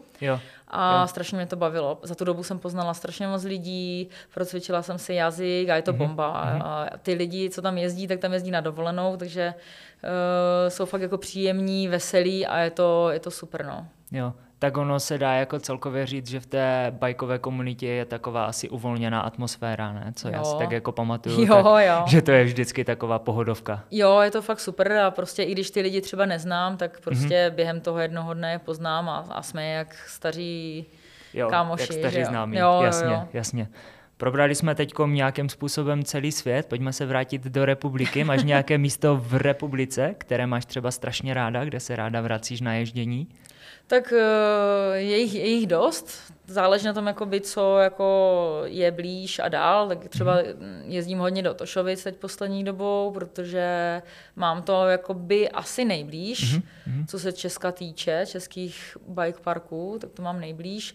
A strašně mě to bavilo. Za tu dobu jsem poznala strašně moc lidí, procvičila jsem si jazyk a je to bomba. A ty lidi, co tam jezdí, tak tam jezdí na dovolenou, takže jsou fakt jako příjemní, veselí a je to super, no. Jo, tak ono se dá jako celkově říct, že v té bajkové komunitě je taková asi uvolněná atmosféra, ne? Co já si tak jako pamatuju, že to je vždycky taková pohodovka. Jo, je to fakt super a prostě i když ty lidi třeba neznám, tak prostě během toho jednoho dne je poznám a jsme jak staří kámoši. Jak staří známí, jasně. Probrali jsme teď nějakým způsobem celý svět, pojďme se vrátit do republiky. Máš nějaké místo v republice, které máš třeba strašně ráda, kde se ráda vracíš na ježdění? Tak je jich dost. Záleží na tom, jakoby, co jako je blíž a dál. Tak třeba jezdím hodně do Tošovic teď poslední dobou, protože mám to jakoby asi nejblíž, co se Česka týče, českých bike parků, tak to mám nejblíž.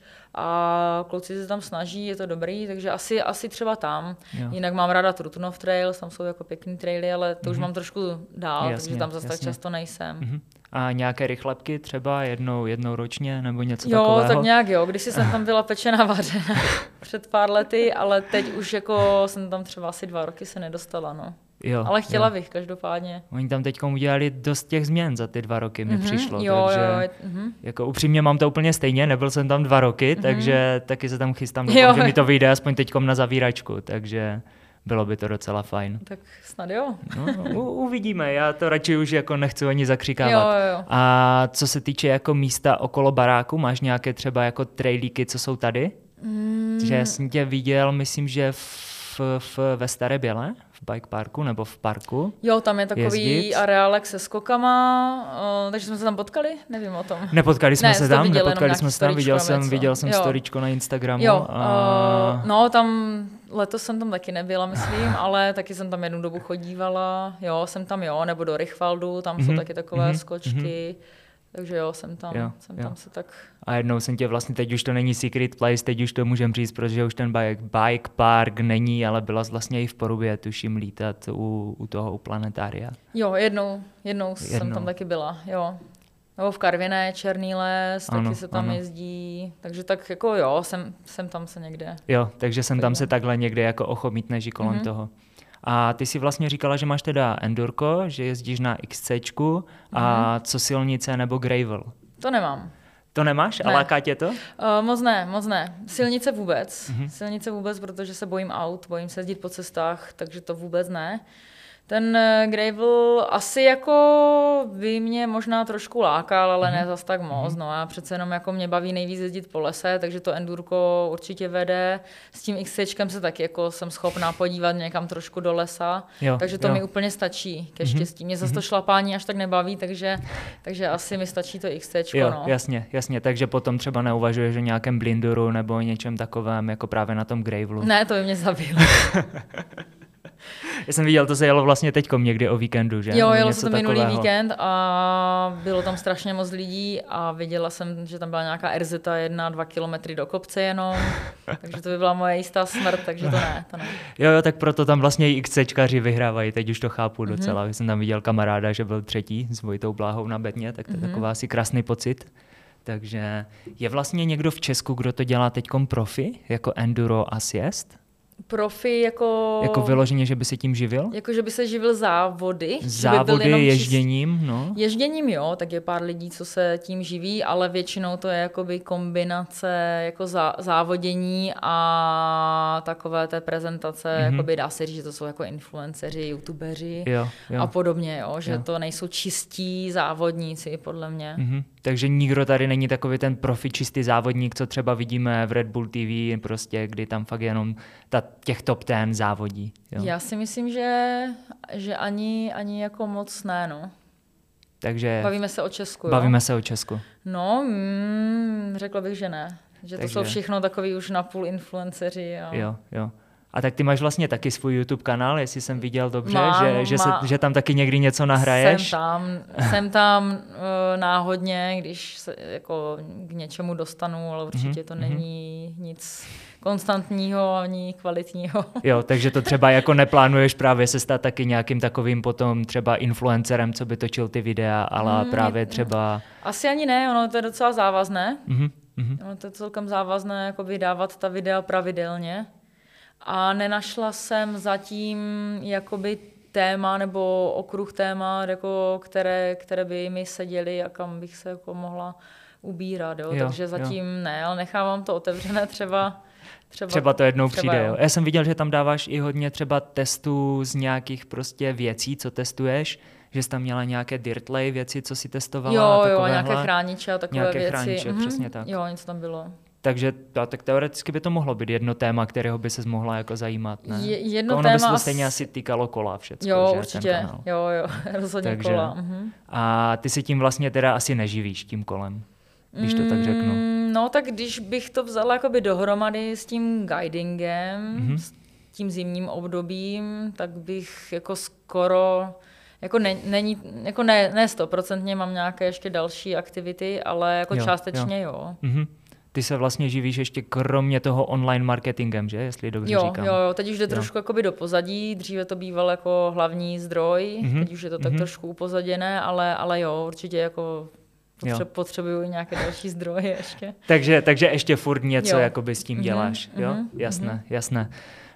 A kluci se tam snaží, je to dobrý, takže asi třeba tam. Jo. Jinak mám ráda Trutnov Trail, tam jsou jako pěkný traily, ale to už mám trošku dál, takže tam zase tak často nejsem. A nějaké rychlebky třeba jednou ročně nebo něco takového? Jo, tak nějak když jsem tam byla pečená vařena před pár lety, ale teď už jako jsem tam třeba asi 2 roky se nedostala, no. Jo, ale chtěla bych každopádně. Oni tam teď udělali dost těch změn za ty 2 roky, mi přišlo. Takže jako upřímně mám to úplně stejně, nebyl jsem tam 2 roky, takže taky se tam chystám, že mi to vyjde aspoň teďkom na zavíračku, takže bylo by to docela fajn. Tak snad jo. Uvidíme, já to radši už jako nechci ani zakřikávat. Jo. A co se týče jako místa okolo baráku, máš nějaké třeba jako trailíky, co jsou tady? Že já jsem tě viděl, myslím, že ve Staré Běle, v bike parku nebo v parku. Jo, tam je takový areálek se skokama, takže jsme se tam potkali? Nevím o tom. Nepotkali jsme se tam, viděl jsem storičko na Instagramu. Jo, no tam letos jsem tam taky nebyla, myslím, ale taky jsem tam jednu dobu chodívala. Jo, jsem tam nebo do Richvaldu, tam jsou taky takové skočky. Takže jsem tam se tak... A jednou jsem tě vlastně, teď už to není secret place, teď už to můžem říct, protože už ten bike park není, ale byla vlastně i v Porubě, tuším, lítat u planetária. Jo, jednou jsem tam taky byla, jo. Nebo v Karviné, Černý les, taky se tam jezdí, takže tak jako jsem tam se někde. Jo, takže jsem tam se takhle někde jako ochomítneš kolem toho. A ty si vlastně říkala, že máš teda endurko, že jezdíš na XCčku a co silnice nebo gravel? To nemám. To nemáš? Ne. A láká tě to? Moc ne. Silnice vůbec, protože se bojím aut, bojím se jezdit po cestách, takže to vůbec ne. Ten gravel asi jako by mě možná trošku lákal, ale ne zas tak moc. No a přece jenom jako mě baví nejvíc jezdit po lese, takže to endurko určitě vede. S tím XCčkem se taky jako jsem schopná podívat někam trošku do lesa, takže to mi úplně stačí ke štěstí. Mě zase to šlapání až tak nebaví, takže asi mi stačí to XCčko. Jo, jasně, takže potom třeba neuvažuješ o nějakém blinduru nebo něčem takovém, jako právě na tom gravelu. Ne, to by mě zabilo. Já jsem viděl, to se jelo vlastně teďkom někdy o víkendu, že? Jo, jelo se to minulý víkend a bylo tam strašně moc lidí a viděla jsem, že tam byla nějaká RZ 1-2 kilometry do kopce jenom, takže to by byla moje jistá smrt, takže to ne. Jo, tak proto tam vlastně i XCčkaři vyhrávají, teď už to chápu docela. Jsem tam viděl kamaráda, že byl 3. s Vojtou Bláhou na bedně, tak to je taková asi krásný pocit. Takže je vlastně někdo v Česku, kdo to dělá teďkom profi, jako enduro a sjezd? Profi jako... Jako vyloženě, že by se tím živil? Jako, že by se živil závody. Závody ježděním, no. Ježděním tak je pár lidí, co se tím živí, ale většinou to je jakoby kombinace jako závodění a takové té prezentace, jakoby dá se říct, že to jsou jako influenceři, youtubeři a podobně, že to nejsou čistí závodníci, podle mě. Takže nikdo tady není takový ten profi čistý závodník, co třeba vidíme v Red Bull TV, prostě, kdy tam fakt jenom těch top 10 závodí. Jo. Já si myslím, že ani jako moc ne, no. Takže bavíme se o Česku, Bavíme se o Česku. No, řekla bych, že ne. Že to jsou všechno takový už napůl influenceři. Jo. A tak ty máš vlastně taky svůj YouTube kanál, jestli jsem viděl dobře, že tam taky někdy něco nahraješ. Jsem tam náhodně, když se jako k něčemu dostanu, ale určitě to není nic konstantního ani kvalitního. Jo, takže to třeba jako neplánuješ právě se stát taky nějakým takovým potom třeba influencerem, co by točil ty videa, ale právě třeba... Asi ani ne, ono to je docela závazné. Mm-hmm. Ono to je celkem závazné jako vydávat ta videa pravidelně. A nenašla jsem zatím jakoby téma nebo okruh témat, jako které by mi seděly a kam bych se jako mohla ubírat. Jo? Takže zatím ne, ale nechávám to otevřené třeba to jednou přijde. Jo. Já jsem viděl, že tam dáváš i hodně třeba testů z nějakých prostě věcí, co testuješ, že jsi tam měla nějaké dirtlay věci, co si testovala. Jo, nějaké chrániče a takové věci. Chrániče, přesně tak. Jo, něco tam bylo. Takže tak teoreticky by to mohlo být jedno téma, kterého by ses mohla jako zajímat, ne? Jedno ono téma by se to stejně asi týkalo kola všecko, jo, že? Určitě. Ten kanál. Jo, rozhodně takže, kola. A ty si tím vlastně teda asi neživíš tím kolem, když to tak řeknu. No tak když bych to vzala jakoby dohromady s tím guidingem, s tím zimním obdobím, tak bych jako skoro... Jako není, jako ne 100% mám nějaké ještě další aktivity, ale jako částečně jo. Mm-hmm. Ty se vlastně živíš ještě kromě toho online marketingem, že? Jestli dobře říkám. Jo, teď už jde trošku jakoby do pozadí, dříve to býval jako hlavní zdroj, teď už je to tak trošku upozaděné, ale jo, určitě jako potřebuju nějaké další zdroje ještě. Takže ještě furt něco jakoby s tím děláš, jo? Jasné.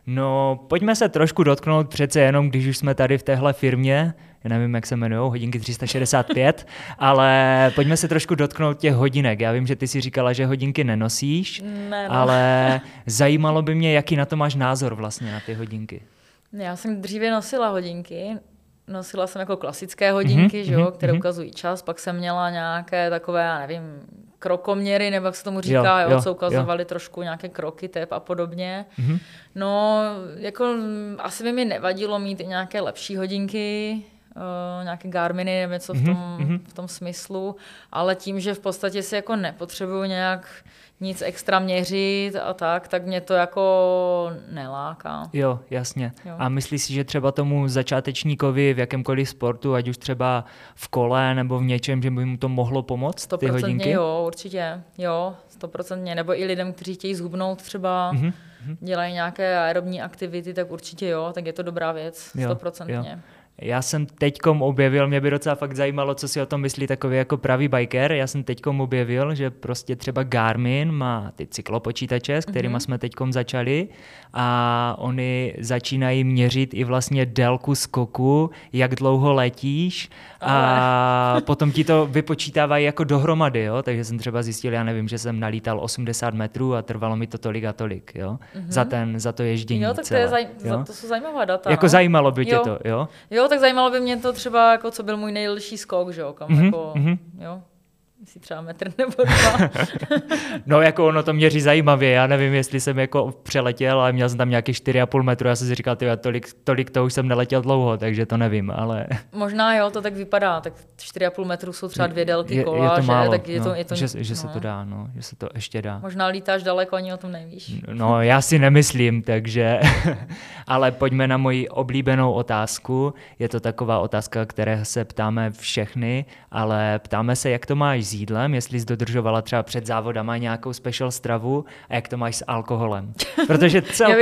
No, pojďme se trošku dotknout přece jenom, když už jsme tady v téhle firmě, já nevím, jak se jmenujou, hodinky 365, ale pojďme se trošku dotknout těch hodinek. Já vím, že ty si říkala, že hodinky nenosíš, ale zajímalo by mě, jaký na to máš názor vlastně na ty hodinky. Já jsem dříve nosila hodinky, nosila jsem jako klasické hodinky, které ukazují čas, pak jsem měla nějaké takové, já nevím, krokoměry, nebo jak se tomu říká, co ukazovaly trošku nějaké kroky, tep a podobně. No, jako asi by mi nevadilo mít i nějaké lepší hodinky, nějaké Garminy nebo něco v tom smyslu, ale tím, že v podstatě si jako nepotřebuju nějak nic extra měřit a tak mě to jako neláká. Jo, jasně. Jo. A myslíš si, že třeba tomu začátečníkovi v jakémkoliv sportu, ať už třeba v kole nebo v něčem, že by mu to mohlo pomoct, ty hodinky? 100% jo, určitě. Jo, 100%. Nebo i lidem, kteří chtějí zhubnout třeba, dělají nějaké aerobní aktivity, tak určitě jo, tak je to dobrá věc, 100%. Jo. Já jsem teďkom objevil, mě by docela fakt zajímalo, co si o tom myslí takový jako pravý biker. Já jsem teďkom objevil, že prostě třeba Garmin má ty cyklopočítače, s kterými jsme teďkom začali a oni začínají měřit i vlastně délku skoku, jak dlouho letíš a potom ti to vypočítávají jako dohromady, jo? Takže jsem třeba zjistil, já nevím, že jsem nalítal 80 metrů a trvalo mi to tolik a tolik, jo? Za to ježdění. Jo, tak to jsou zajímavá data. Jako zajímalo by tě to, jo? Jo, tak zajímalo by mě to třeba, jako co byl můj nejdelší skok, že jo, kam jo, jestli třeba metr nebo 2. No jako ono to měří zajímavě, já nevím, jestli jsem jako přeletěl, ale měl jsem tam nějaký 4,5 metru, já jsem si říkal, tolik to už jsem neletěl dlouho, takže to nevím, ale... Možná jo, to tak vypadá, tak 4,5 metru jsou třeba 2 délky kola, je to málo, tak je to že se to dá, no, že se to ještě dá. Možná lítáš daleko, ani o tom nevíš. No, já si nemyslím, takže... Ale pojďme na moji oblíbenou otázku, je to taková otázka, které se ptáme všechny, ale ptáme se, jak to máš s jídlem, jestli jsi dodržovala třeba před závodama nějakou special stravu a jak to máš s alkoholem. Protože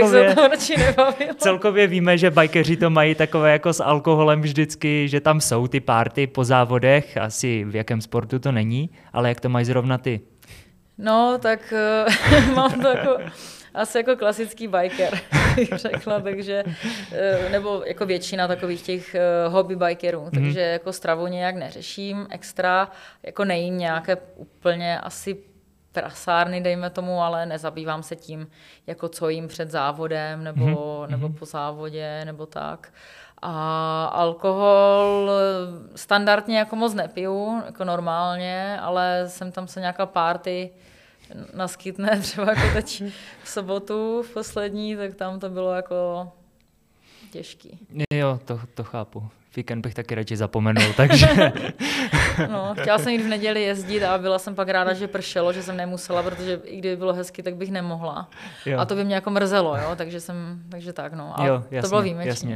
celkově víme, že bikeři to mají takové jako s alkoholem vždycky, že tam jsou ty party po závodech, asi v jakém sportu to není, ale jak to máš zrovna ty? No, tak mám to asi jako klasický biker, bych řekla, takže, nebo jako většina takových těch hobby bikerů, takže jako stravu nějak neřeším extra, jako nejím nějaké úplně asi prasárny, dejme tomu, ale nezabývám se tím, jako co jím před závodem, nebo po závodě, nebo tak. A alkohol standardně jako moc nepiju, jako normálně, ale jsem tam se nějaká party naskytne, třeba jako teď v sobotu v poslední, tak tam to bylo jako těžký. Jo, to chápu. Víkend bych taky radši zapomenul, takže... No, chtěla jsem jít v neděli jezdit a byla jsem pak ráda, že pršelo, že jsem nemusela, protože i kdyby bylo hezky, tak bych nemohla. Jo. A to by mě jako mrzelo, jo, takže tak, no. A jo, jasně, to bylo výjimečné. Jasně.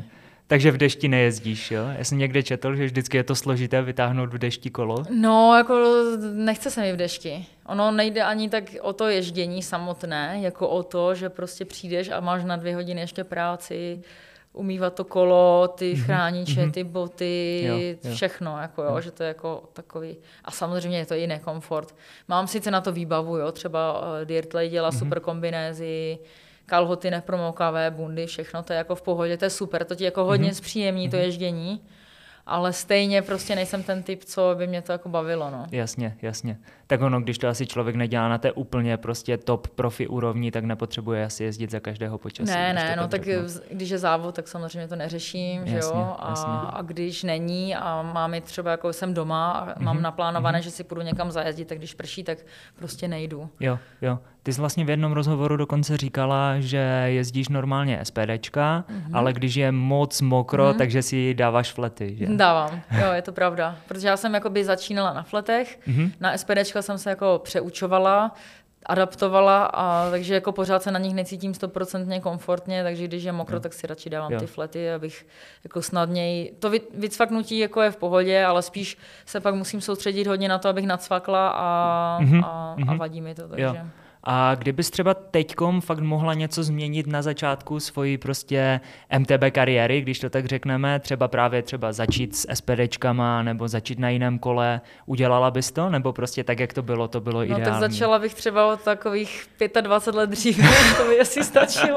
Takže v dešti nejezdíš, jo? Já jsem někde četl, že vždycky je to složité vytáhnout v dešti kolo. No, jako nechce se mi v dešti. Ono nejde ani tak o to ježdění samotné, jako o to, že prostě přijdeš a máš na 2 hodiny ještě práci, umývat to kolo, ty chrániče, ty boty, jo. Všechno, jako jo, že to je jako takový. A samozřejmě je to i nekomfort. Mám sice na to výbavu, jo, třeba Dirtley dělá super kombinézy, kalhoty nepromoukavé, bundy, všechno, to je jako v pohodě, to je super, to ti jako hodně zpříjemní to ježdění, ale stejně prostě nejsem ten typ, co by mě to jako bavilo, no. Jasně. Tak ono, když to asi člověk nedělá na té úplně prostě top profi úrovni, tak nepotřebuje asi jezdit za každého počasí. Ne, no tak když je závod, tak samozřejmě to neřeším, jasně, že jo, jasně. A když není a mám i třeba jako jsem doma a mám naplánované, že si půjdu někam zajezdit, tak když prší, tak prostě nejdu. Jo. Ty jsi vlastně v jednom rozhovoru dokonce říkala, že jezdíš normálně SPDčka, ale když je moc mokro, takže si dáváš flety, že? Dávám, jo, je to pravda, protože já jsem jakoby začínala na fletech, na SPDčka jsem se jako přeučovala, adaptovala, a takže jako pořád se na nich necítím 100% komfortně, takže když je mokro, tak si radši dávám ty flety, abych jako snadněji, to vycvaknutí jako je v pohodě, ale spíš se pak musím soustředit hodně na to, abych nacvakla a vadí mi to, takže... Jo. A kdybys třeba teďkom fakt mohla něco změnit na začátku svojí prostě MTB kariéry, když to tak řekneme, třeba začít s SPDčkama nebo začít na jiném kole, udělala bys to? Nebo prostě tak, jak to bylo ideální? No tak začala bych třeba od takových 25 let dříve, to by asi stačilo.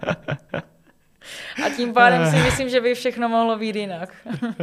A tím pádem si myslím, že by všechno mohlo být jinak.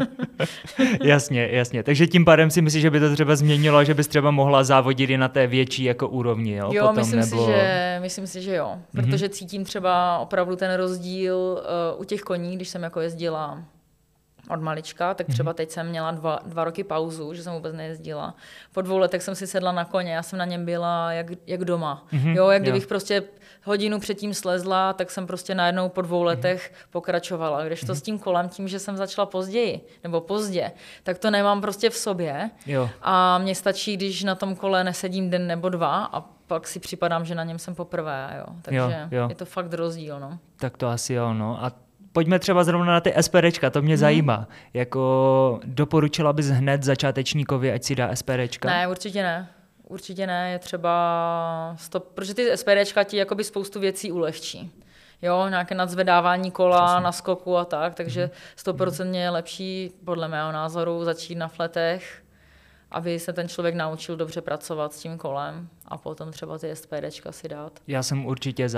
Jasně. Takže tím pádem si myslíš, že by to třeba změnilo, že bys třeba mohla závodit i na té větší jako úrovni, jo? Jo, potom, myslím si, že jo. Protože cítím třeba opravdu ten rozdíl u těch koní, když jsem jako jezdila od malička, tak třeba teď jsem měla 2 roky pauzu, že jsem vůbec nejezdila. Po 2 letech jsem si sedla na koně, já jsem na něm byla jak doma. Jo, jak kdybych prostě hodinu předtím slezla, tak jsem prostě najednou po 2 letech pokračovala. Když to s tím kolem, tím, že jsem začala pozdě, tak to nemám prostě v sobě. Jo. A mně stačí, když na tom kole nesedím den nebo 2 a pak si připadám, že na něm jsem poprvé. Jo. Takže je to fakt rozdíl. No. Tak to asi jo. No. A pojďme třeba zrovna na ty SPDčka, to mě zajímá. Jako doporučila bys hned začátečníkovi, ať si dá SPDčka? Ne, určitě ne, je třeba protože ty SPDčka ti jakoby spoustu věcí ulehčí. Jo, nějaké nadzvedávání kola, na skoku a tak, takže 100% je lepší, podle mého názoru, začít na fletech, aby se ten člověk naučil dobře pracovat s tím kolem a potom třeba ty SPDčka si dát. Já jsem určitě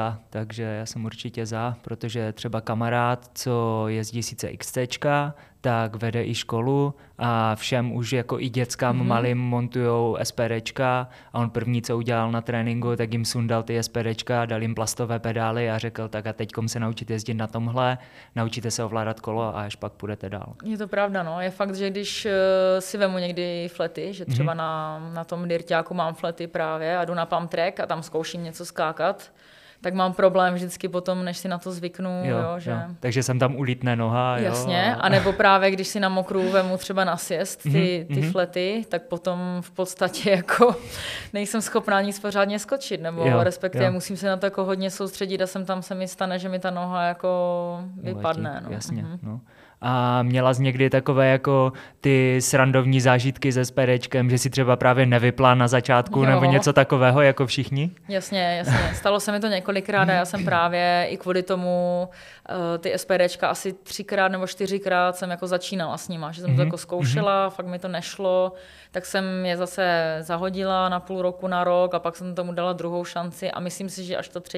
za, protože třeba kamarád, co jezdí sice XCčka, tak vede i školu a všem už jako i dětskám malým montujou SPDčka a on první, co udělal na tréninku, tak jim sundal ty SPDčka, dal jim plastové pedály a řekl, tak a teďkom se naučit jezdit na tomhle, naučíte se ovládat kolo a až pak půjdete dál. Je to pravda, no. Je fakt, že když si vemu někdy flety, že třeba na tom dirťáku mám flety právě a jdu na pump track a tam zkouším něco skákat, tak mám problém vždycky potom, než si na to zvyknu. Jo. Takže jsem tam ulítne noha. Jasně, a nebo právě, když si na mokrou vemu třeba na sjezd ty flety, tak potom v podstatě jako nejsem schopná nic pořádně skočit, nebo respektive musím se na to jako hodně soustředit a tam se mi stane, že mi ta noha jako vypadne. No. Jasně, no. A měla jsi někdy takové jako ty srandovní zážitky se SPDčkem, že si třeba právě nevypla na začátku nebo něco takového jako všichni? Jasně. Stalo se mi to několikrát a já jsem právě i kvůli tomu ty SPDčka asi 3krát nebo 4krát jsem jako začínala s nima, že jsem to jako zkoušela, fakt mi to nešlo, tak jsem je zase zahodila na půl roku, na rok a pak jsem tomu dala druhou šanci a myslím si, že až to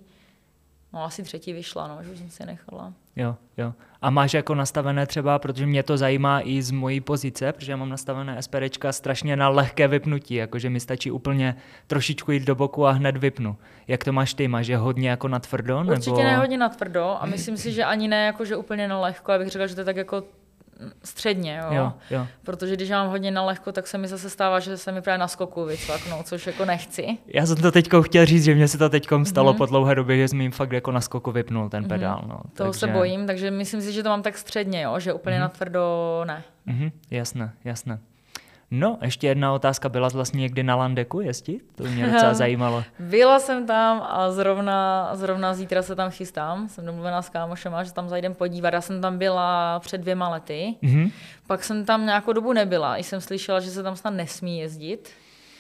asi třetí vyšla, no, že už jsem si nechala. Jo. A máš jako nastavené třeba, protože mě to zajímá i z mojí pozice, protože já mám nastavené SPDčka strašně na lehké vypnutí, jakože mi stačí úplně trošičku jít do boku a hned vypnu. Jak to máš ty? Máš je hodně jako natvrdo? Určitě ne hodně natvrdo a myslím si, že ani ne jakože úplně na lehko, abych řekla, že to je tak jako středně, jo. Protože když mám hodně na lehko, tak se mi zase stává, že se mi právě na skoku vycvaknou, což jako nechci. Já jsem to teďko chtěl říct, že mě se to teďkom stalo po dlouhé době, že jsem jim fakt jako na skoku vypnul ten pedál. No. Toho se bojím, takže myslím si, že to mám tak středně, jo, že úplně natvrdo ne. Jasné. No, ještě jedna otázka, byla jsi vlastně někdy na Landeku jezdit? To mě docela zajímalo. Byla jsem tam a zrovna zítra se tam chystám. Jsem domluvená s kámošema, že tam zajdem podívat. Já jsem tam byla před 2 lety. Pak jsem tam nějakou dobu nebyla. I jsem slyšela, že se tam snad nesmí jezdit.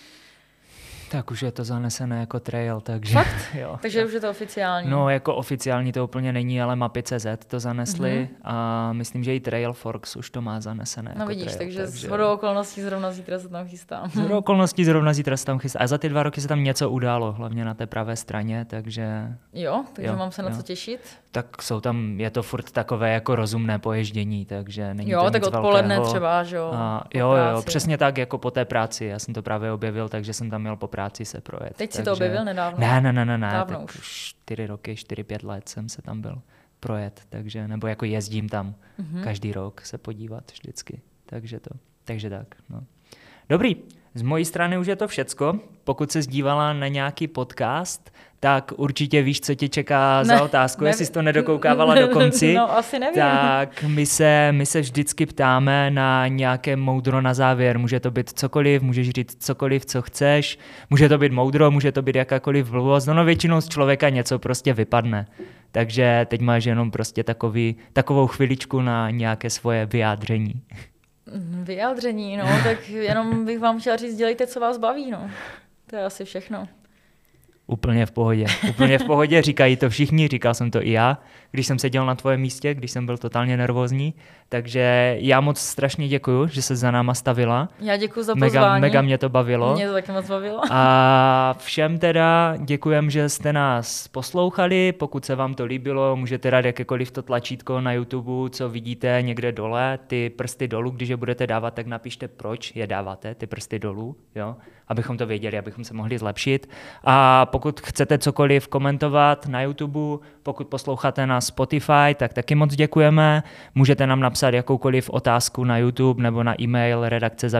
Tak už je to zanesené jako trail, takže... Fakt? Jo. Takže už je to oficiální. No, jako oficiální to úplně není, ale Mapy.cz to zanesli a myslím, že i Trail Forks už to má zanesené. No jako vidíš, trail, takže shodou okolností zrovna zítra se tam chystám. Shodou okolností zrovna zítra se tam chystám. A za ty 2 roky se tam něco událo, hlavně na té pravé straně, takže... Jo, takže mám se na co těšit. Tak jsou tam, je to furt takové jako rozumné poježdění, takže není to nic tak odpoledne velkého. třeba, že jo. Jo, přesně tak, jako po té práci. Já jsem to právě objevil, takže jsem tam měl po práci se projet. Teď si to objevil nedávno? Ne. Dávno už 4 roky, 4-5 let jsem se tam byl projet, takže, nebo jako jezdím tam každý rok se podívat vždycky. Takže tak, no. Dobrý, z mojí strany už je to všecko. Pokud se dívala na nějaký podcast, tak určitě víš, co tě čeká za otázku, jestli jsi to nedokoukávala do konci. No, asi nevím. Tak my se vždycky ptáme na nějaké moudro na závěr. Může to být cokoliv, můžeš říct cokoliv, co chceš. Může to být moudro, může to být jakákoliv blbost. No, většinou z člověka něco prostě vypadne. Takže teď máš jenom prostě takovou chviličku na nějaké svoje vyjádření. Vyjádření, no, tak jenom bych vám chtěla říct, dělejte, co vás baví, no. To je asi všechno. Úplně v pohodě, říkají to všichni, říkal jsem to i já, když jsem seděl na tvém místě, když jsem byl totálně nervózní, takže já moc strašně děkuju, že se za náma stavila. Já děkuju za pozvání. Mega mě to bavilo. Mě to taky moc bavilo. A všem teda děkujem, že jste nás poslouchali, pokud se vám to líbilo, můžete dát jakékoliv to tlačítko na YouTube, co vidíte někde dole, ty prsty dolů, když je budete dávat, tak napište, proč je dáváte, ty prsty dolů, jo? Abychom to věděli, abychom se mohli zlepšit. A pokud chcete cokoliv komentovat na YouTube, pokud posloucháte na Spotify, tak taky moc děkujeme. Můžete nám napsat jakoukoliv otázku na YouTube nebo na e-mail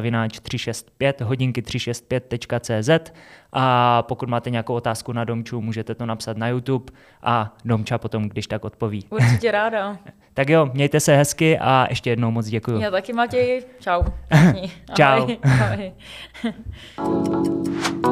redakce@365hodinky365.cz a pokud máte nějakou otázku na Domču, můžete to napsat na YouTube a Domča potom když tak odpoví. Určitě ráda. Tak jo, mějte se hezky a ještě jednou moc děkuju. Já taky, Matěj. Čau. Čau. Ahoj.